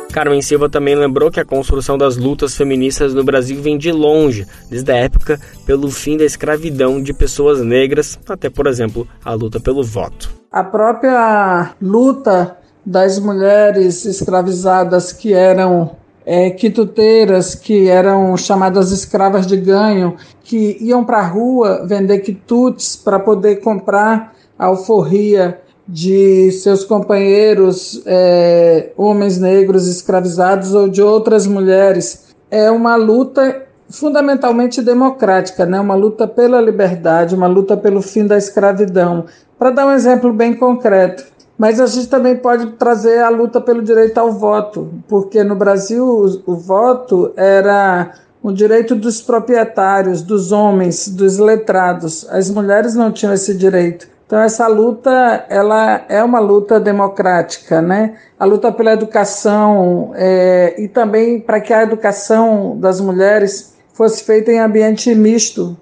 Carmen Silva também lembrou que a construção das lutas feministas no Brasil vem de longe, desde a época pelo fim da escravidão de pessoas negras, até, por exemplo, a luta pelo voto. A própria luta das mulheres escravizadas que eram quituteiras, que eram chamadas escravas de ganho, que iam para a rua vender quitutes para poder comprar a alforria de seus companheiros homens negros escravizados ou de outras mulheres. É uma luta fundamentalmente democrática, né? Uma luta pela liberdade, uma luta pelo fim da escravidão. Para dar um exemplo bem concreto, mas a gente também pode trazer a luta pelo direito ao voto, porque no Brasil o voto era um direito dos proprietários, dos homens, dos letrados. As mulheres não tinham esse direito. Então essa luta, ela é uma luta democrática, né? A luta pela educação e também para que a educação das mulheres fosse feita em ambiente misto,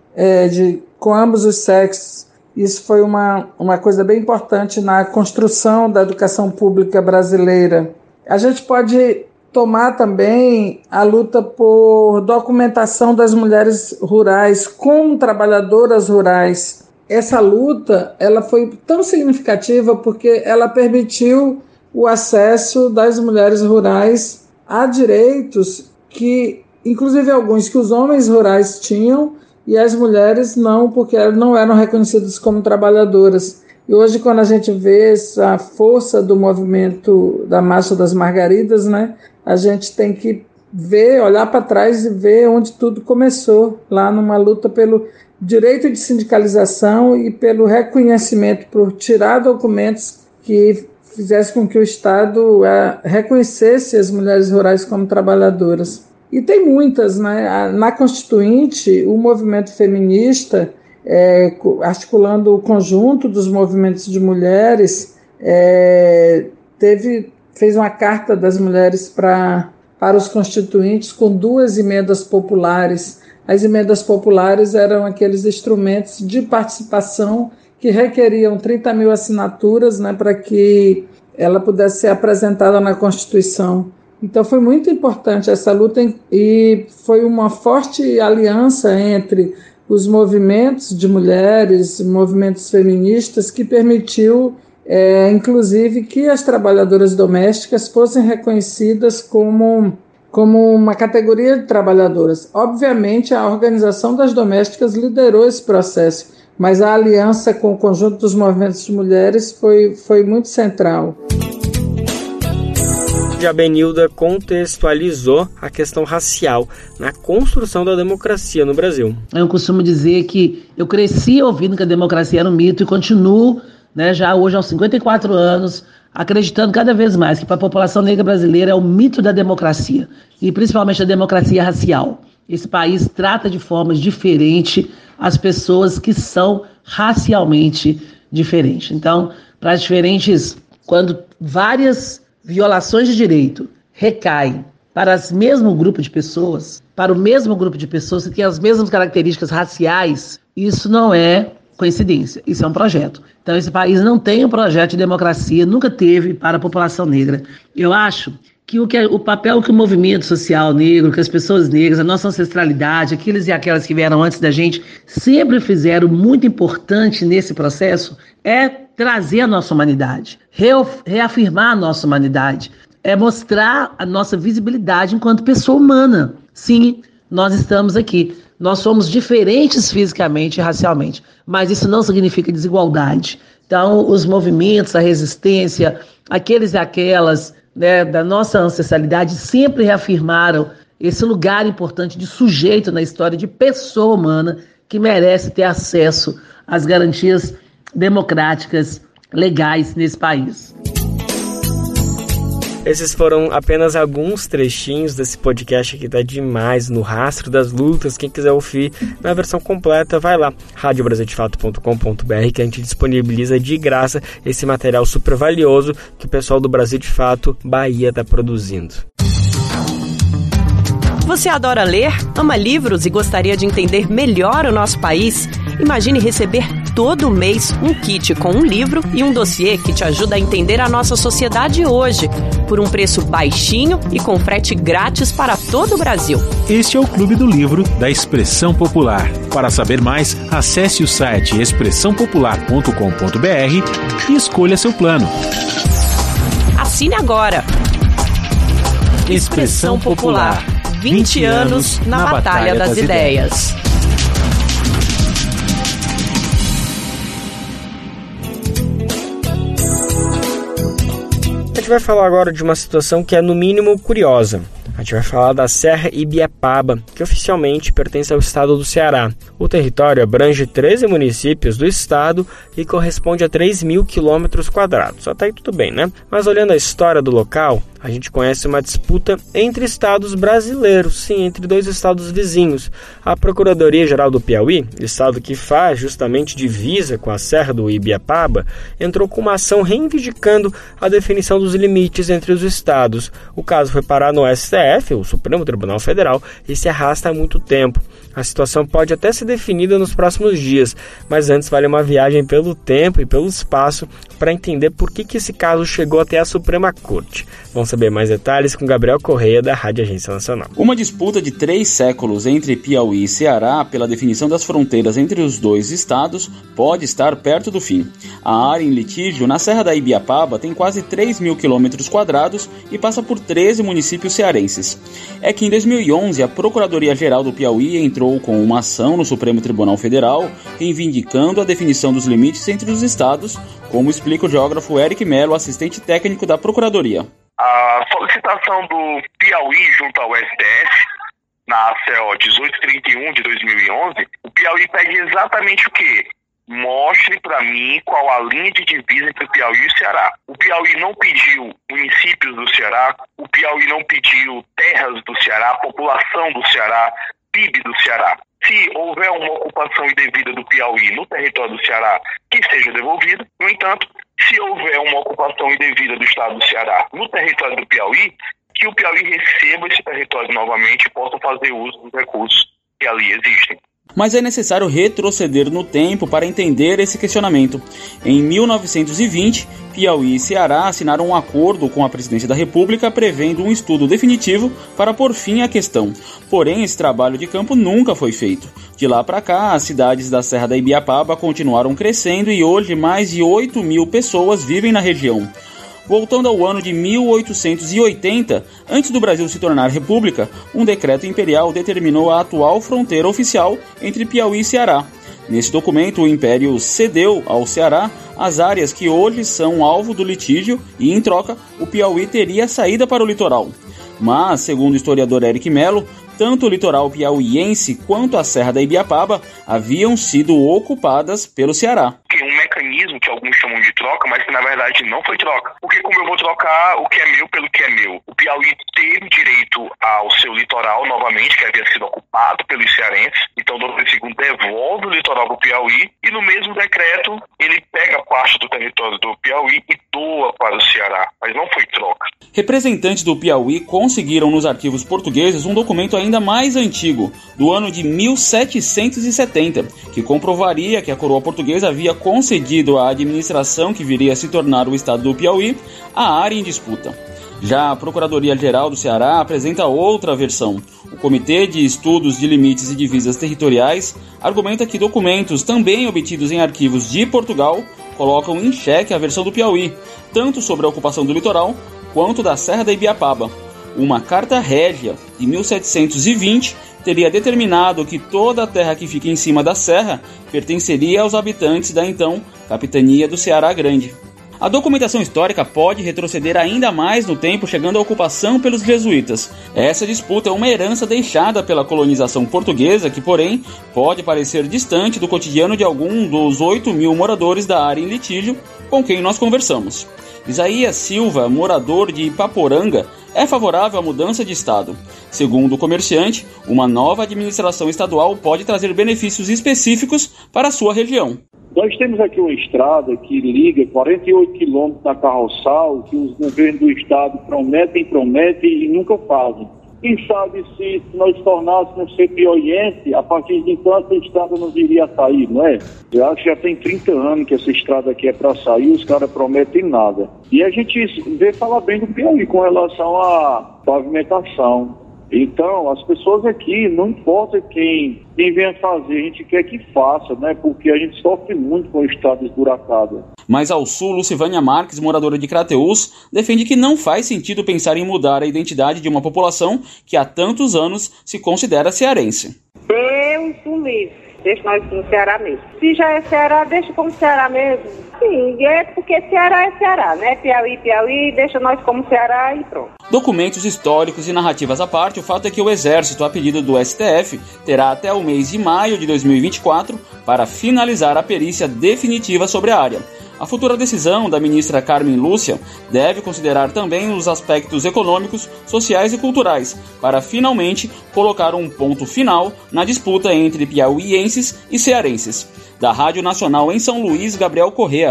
com ambos os sexos. Isso foi uma coisa bem importante na construção da educação pública brasileira. A gente pode tomar também a luta por documentação das mulheres rurais como trabalhadoras rurais. Essa luta ela foi tão significativa porque ela permitiu o acesso das mulheres rurais a direitos que, inclusive alguns que os homens rurais tinham e as mulheres não, porque não eram reconhecidas como trabalhadoras. E hoje, quando a gente vê essa força do movimento da Marcha das Margaridas, né, a gente tem que olhar para trás e ver onde tudo começou, lá numa luta pelo direito de sindicalização e pelo reconhecimento, por tirar documentos que fizesse com que o Estado reconhecesse as mulheres rurais como trabalhadoras. E tem muitas, né? Na Constituinte, o movimento feminista, articulando o conjunto dos movimentos de mulheres, fez uma carta das mulheres para os constituintes com 2 emendas populares. As emendas populares eram aqueles instrumentos de participação que requeriam 30 mil assinaturas, né, para que ela pudesse ser apresentada na Constituição. Então foi muito importante essa luta e foi uma forte aliança entre os movimentos de mulheres, movimentos feministas, que permitiu, inclusive, que as trabalhadoras domésticas fossem reconhecidas como uma categoria de trabalhadoras. Obviamente, a Organização das Domésticas liderou esse processo, mas a aliança com o conjunto dos movimentos de mulheres foi muito central. A Benilda contextualizou a questão racial na construção da democracia no Brasil. Eu costumo dizer que eu cresci ouvindo que a democracia era um mito e continuo, né, já hoje aos 54 anos, acreditando cada vez mais que para a população negra brasileira é o mito da democracia, e principalmente a democracia racial. Esse país trata de formas diferentes as pessoas que são racialmente diferentes. Então, para as diferentes, quando várias violações de direito recaem para o mesmo grupo de pessoas, que tem as mesmas características raciais, isso não é coincidência, isso é um projeto. Então esse país não tem um projeto de democracia, nunca teve para a população negra. Eu acho que o papel que o movimento social negro, que as pessoas negras, a nossa ancestralidade, aqueles e aquelas que vieram antes da gente, sempre fizeram muito importante nesse processo, é trazer a nossa humanidade, reafirmar a nossa humanidade, é mostrar a nossa visibilidade enquanto pessoa humana. Sim, nós estamos aqui. Nós somos diferentes fisicamente e racialmente, mas isso não significa desigualdade. Então, os movimentos, a resistência, aqueles e aquelas, né, da nossa ancestralidade sempre reafirmaram esse lugar importante de sujeito na história, de pessoa humana que merece ter acesso às garantias democráticas legais nesse país. Esses foram apenas alguns trechinhos desse podcast que tá demais, no Rastro das Lutas. Quem quiser ouvir na versão completa, vai lá, radiobrasildefato.com.br, que a gente disponibiliza de graça esse material super valioso que o pessoal do Brasil de Fato Bahia tá produzindo. Você adora ler, ama livros e gostaria de entender melhor o nosso país? Imagine receber todo mês um kit com um livro e um dossiê que te ajuda a entender a nossa sociedade hoje, por um preço baixinho e com frete grátis para todo o Brasil. Este é o Clube do Livro da Expressão Popular. Para saber mais, acesse o site expressãopopular.com.br e escolha seu plano. Assine agora. Expressão Popular. 20 anos na Batalha das Ideias. A gente vai falar agora de uma situação que é no mínimo curiosa. A gente vai falar da Serra Ibiapaba, que oficialmente pertence ao estado do Ceará. O território abrange 13 municípios do estado e corresponde a 3.000 quilômetros quadrados. Até aí tudo bem, né? Mas olhando a história do local, a gente conhece uma disputa entre estados brasileiros, sim, entre dois estados vizinhos. A Procuradoria-Geral do Piauí, estado que faz justamente divisa com a Serra do Ibiapaba, entrou com uma ação reivindicando a definição dos limites entre os estados. O caso foi parar no STF, o Supremo Tribunal Federal, e se arrasta há muito tempo. A situação pode até ser definida nos próximos dias, mas antes vale uma viagem pelo tempo e pelo espaço para entender por que esse caso chegou até a Suprema Corte. Vamos saber mais detalhes com Gabriel Correia, da Rádio Agência Nacional. Uma disputa de 3 séculos entre Piauí e Ceará pela definição das fronteiras entre os dois estados pode estar perto do fim. A área em litígio na Serra da Ibiapaba tem quase 3.000 quilômetros quadrados e passa por 13 municípios cearenses. É que em 2011 a Procuradoria-Geral do Piauí entrou com uma ação no Supremo Tribunal Federal reivindicando a definição dos limites entre os estados, como explica o geógrafo Eric Melo, assistente técnico da Procuradoria. A solicitação do Piauí junto ao STF, na ACO 1831 de 2011, o Piauí pede exatamente o quê? Mostre para mim qual a linha de divisa entre o Piauí e o Ceará. O Piauí não pediu municípios do Ceará, o Piauí não pediu terras do Ceará, população do Ceará, PIB do Ceará. Se houver uma ocupação indevida do Piauí no território do Ceará, que seja devolvida. No entanto, se houver uma ocupação indevida do estado do Ceará no território do Piauí, que o Piauí receba esse território novamente e possa fazer uso dos recursos que ali existem. Mas é necessário retroceder no tempo para entender esse questionamento. Em 1920, Piauí e Ceará assinaram um acordo com a Presidência da República prevendo um estudo definitivo para pôr fim à questão. Porém, esse trabalho de campo nunca foi feito. De lá para cá, as cidades da Serra da Ibiapaba continuaram crescendo e hoje mais de 8.000 pessoas vivem na região. Voltando ao ano de 1880, antes do Brasil se tornar república, um decreto imperial determinou a atual fronteira oficial entre Piauí e Ceará. Nesse documento, o Império cedeu ao Ceará as áreas que hoje são alvo do litígio e, em troca, o Piauí teria saída para o litoral. Mas, segundo o historiador Eric Melo, tanto o litoral piauiense quanto a Serra da Ibiapaba haviam sido ocupadas pelo Ceará. Um mecanismo que alguns chamam de troca, mas que na verdade não foi troca. Porque como eu vou trocar o que é meu pelo que é meu? O Piauí teve direito ao seu litoral novamente, que havia sido ocupado pelos cearenses. Então Dom Pedro II devolve o litoral para o Piauí e no mesmo decreto ele pega parte do território do Piauí e doa para o Ceará. Mas não foi troca. Representantes do Piauí conseguiram nos arquivos portugueses um documento ainda mais antigo, do ano de 1770, que comprovaria que a coroa portuguesa havia concedido à administração que viria a se tornar o estado do Piauí a área em disputa. Já a Procuradoria-Geral do Ceará apresenta outra versão. O Comitê de Estudos de Limites e Divisas Territoriais argumenta que documentos também obtidos em arquivos de Portugal colocam em xeque a versão do Piauí, tanto sobre a ocupação do litoral quanto da Serra da Ibiapaba. Uma carta régia de 1720 teria determinado que toda a terra que fica em cima da serra pertenceria aos habitantes da então Capitania do Ceará Grande. A documentação histórica pode retroceder ainda mais no tempo, chegando à ocupação pelos jesuítas. Essa disputa é uma herança deixada pela colonização portuguesa, que, porém, pode parecer distante do cotidiano de algum dos 8.000 moradores da área em litígio com quem nós conversamos. Isaías Silva, morador de Ipaporanga, é favorável à mudança de estado. Segundo o comerciante, uma nova administração estadual pode trazer benefícios específicos para a sua região. Nós temos aqui uma estrada que liga 48 quilômetros da Carroçal, que os governos do estado prometem e nunca fazem. Quem sabe se nós tornássemos CPI-Oriente, a partir de então essa estrada não viria a sair, não é? Eu acho que já tem 30 anos que essa estrada aqui é para sair, os caras prometem nada. E a gente vê falar bem do Piauí com relação à pavimentação. Então, as pessoas aqui, não importa quem venha fazer, a gente quer que faça, né? Porque a gente sofre muito com o estado esburacado. Mais ao sul, Lucivânia Marques, moradora de Crateús, defende que não faz sentido pensar em mudar a identidade de uma população que há tantos anos se considera cearense. Deus o livre. Deixa nós no Ceará mesmo. Se já é Ceará, deixa como Ceará mesmo. Sim, é porque Ceará é Ceará, né? Piauí, deixa nós como Ceará e pronto. Documentos históricos e narrativas à parte, o fato é que o Exército, a pedido do STF, terá até o mês de maio de 2024 para finalizar a perícia definitiva sobre a área. A futura decisão da ministra Carmen Lúcia deve considerar também os aspectos econômicos, sociais e culturais, para finalmente colocar um ponto final na disputa entre piauienses e cearenses. Da Rádio Nacional em São Luís, Gabriel Correa.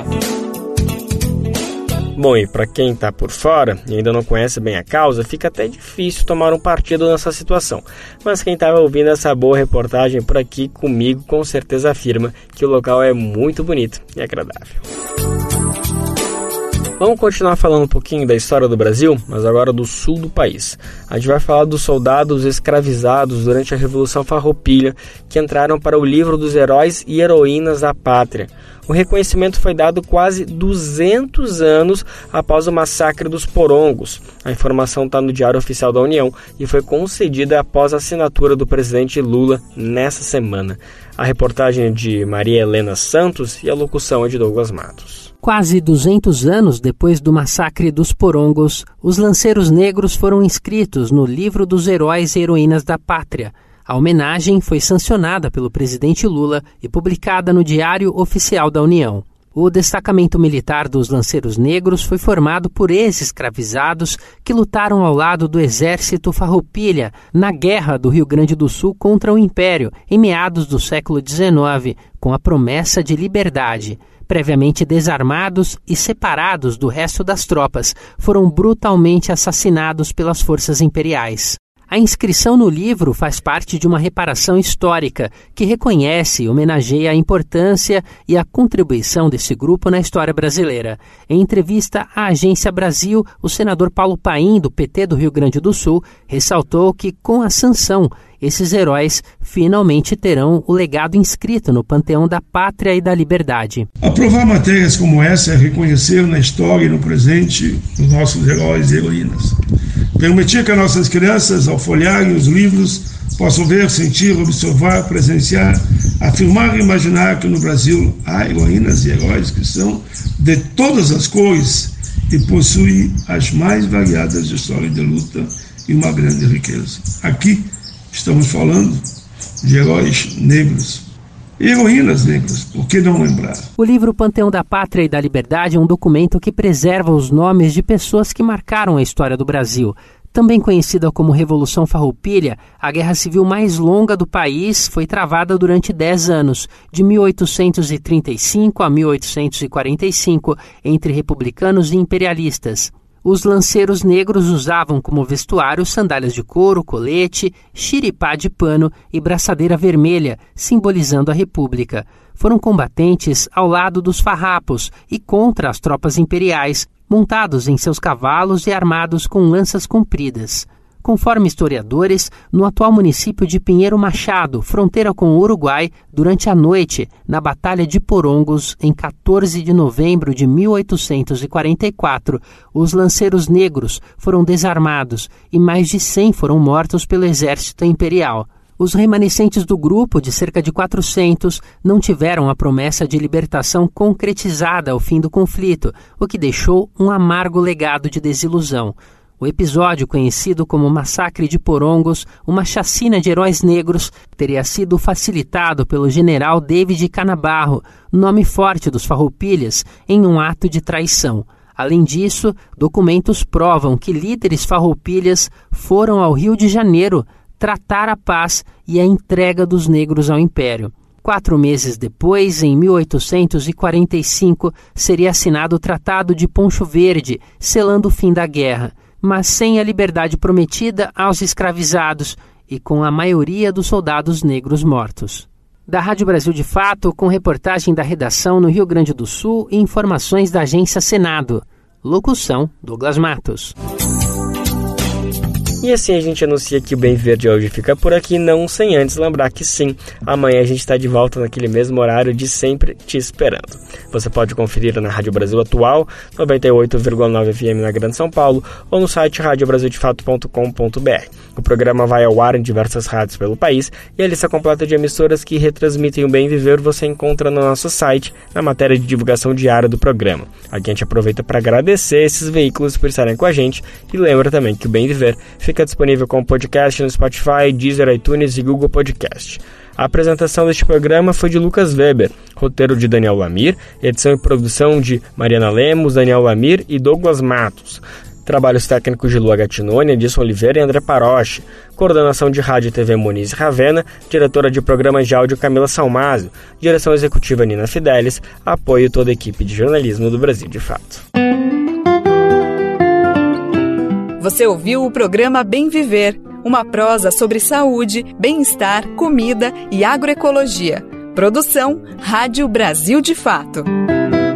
Bom, e para quem está por fora e ainda não conhece bem a causa, fica até difícil tomar um partido nessa situação. Mas quem estava ouvindo essa boa reportagem por aqui comigo, com certeza afirma que o local é muito bonito e agradável. Vamos continuar falando um pouquinho da história do Brasil, mas agora do sul do país. A gente vai falar dos soldados escravizados durante a Revolução Farroupilha, que entraram para o livro dos heróis e heroínas da pátria. O reconhecimento foi dado quase 200 anos após o massacre dos Porongos. A informação está no Diário Oficial da União e foi concedida após a assinatura do presidente Lula nessa semana. A reportagem é de Maria Helena Santos e a locução é de Douglas Matos. Quase 200 anos depois do massacre dos Porongos, os lanceiros negros foram inscritos no livro dos heróis e heroínas da pátria. A homenagem foi sancionada pelo presidente Lula e publicada no Diário Oficial da União. O destacamento militar dos lanceiros negros foi formado por ex-escravizados que lutaram ao lado do exército Farroupilha na Guerra do Rio Grande do Sul contra o Império, em meados do século XIX, com a promessa de liberdade. Previamente desarmados e separados do resto das tropas, foram brutalmente assassinados pelas forças imperiais. A inscrição no livro faz parte de uma reparação histórica que reconhece e homenageia a importância e a contribuição desse grupo na história brasileira. Em entrevista à Agência Brasil, o senador Paulo Paim, do PT do Rio Grande do Sul, ressaltou que, com a sanção, esses heróis finalmente terão o legado inscrito no Panteão da Pátria e da Liberdade. Aprovar matérias como essa é reconhecer na história e no presente os nossos heróis e heroínas. Permitir que as nossas crianças, ao folhearem os livros, possam ver, sentir, observar, presenciar, afirmar e imaginar que no Brasil há heroínas e heróis que são de todas as cores e possuem as mais variadas histórias de luta e uma grande riqueza. Aqui estamos falando de heróis negros e heroínas negras, por que não lembrar? O livro Panteão da Pátria e da Liberdade é um documento que preserva os nomes de pessoas que marcaram a história do Brasil. Também conhecida como Revolução Farroupilha, a guerra civil mais longa do país foi travada durante 10 anos, de 1835 a 1845, entre republicanos e imperialistas. Os lanceiros negros usavam como vestuário sandálias de couro, colete, xiripá de pano e braçadeira vermelha, simbolizando a República. Foram combatentes ao lado dos farrapos e contra as tropas imperiais, montados em seus cavalos e armados com lanças compridas. Conforme historiadores, no atual município de Pinheiro Machado, fronteira com o Uruguai, durante a noite, na Batalha de Porongos, em 14 de novembro de 1844, os lanceiros negros foram desarmados e mais de 100 foram mortos pelo exército imperial. Os remanescentes do grupo, de cerca de 400, não tiveram a promessa de libertação concretizada ao fim do conflito, o que deixou um amargo legado de desilusão. O episódio, conhecido como Massacre de Porongos, uma chacina de heróis negros, teria sido facilitado pelo general David Canabarro, nome forte dos farroupilhas, em um ato de traição. Além disso, documentos provam que líderes farroupilhas foram ao Rio de Janeiro tratar a paz e a entrega dos negros ao Império. 4 meses depois, em 1845, seria assinado o Tratado de Poncho Verde, selando o fim da guerra. mas sem a liberdade prometida aos escravizados e com a maioria dos soldados negros mortos. Da Rádio Brasil de Fato, com reportagem da redação no Rio Grande do Sul e informações da Agência Senado. Locução, Douglas Matos. E assim a gente anuncia que o Bem Viver de hoje fica por aqui, não sem antes lembrar que sim, amanhã a gente está de volta naquele mesmo horário de sempre te esperando. Você pode conferir na Rádio Brasil Atual, 98,9 FM na Grande São Paulo, ou no site radiobrasildefato.com.br. O programa vai ao ar em diversas rádios pelo país e a lista completa de emissoras que retransmitem o Bem Viver você encontra no nosso site, na matéria de divulgação diária do programa. Aqui a gente aproveita para agradecer esses veículos por estarem com a gente e lembra também que o Bem Viver fica disponível como podcast no Spotify, Deezer, iTunes e Google Podcast. A apresentação deste programa foi de Lucas Weber, roteiro de Daniel Lamir, edição e produção de Mariana Lemos, Daniel Lamir e Douglas Matos. Trabalhos técnicos de Lua Gattinoni, Edson Oliveira e André Paroche. Coordenação de Rádio e TV Moniz Ravena, diretora de programas de áudio Camila Salmásio, direção executiva Nina Fidelis, apoio toda a equipe de jornalismo do Brasil de Fato. Você ouviu o programa Bem Viver, uma prosa sobre saúde, bem-estar, comida e agroecologia. Produção Rádio Brasil de Fato.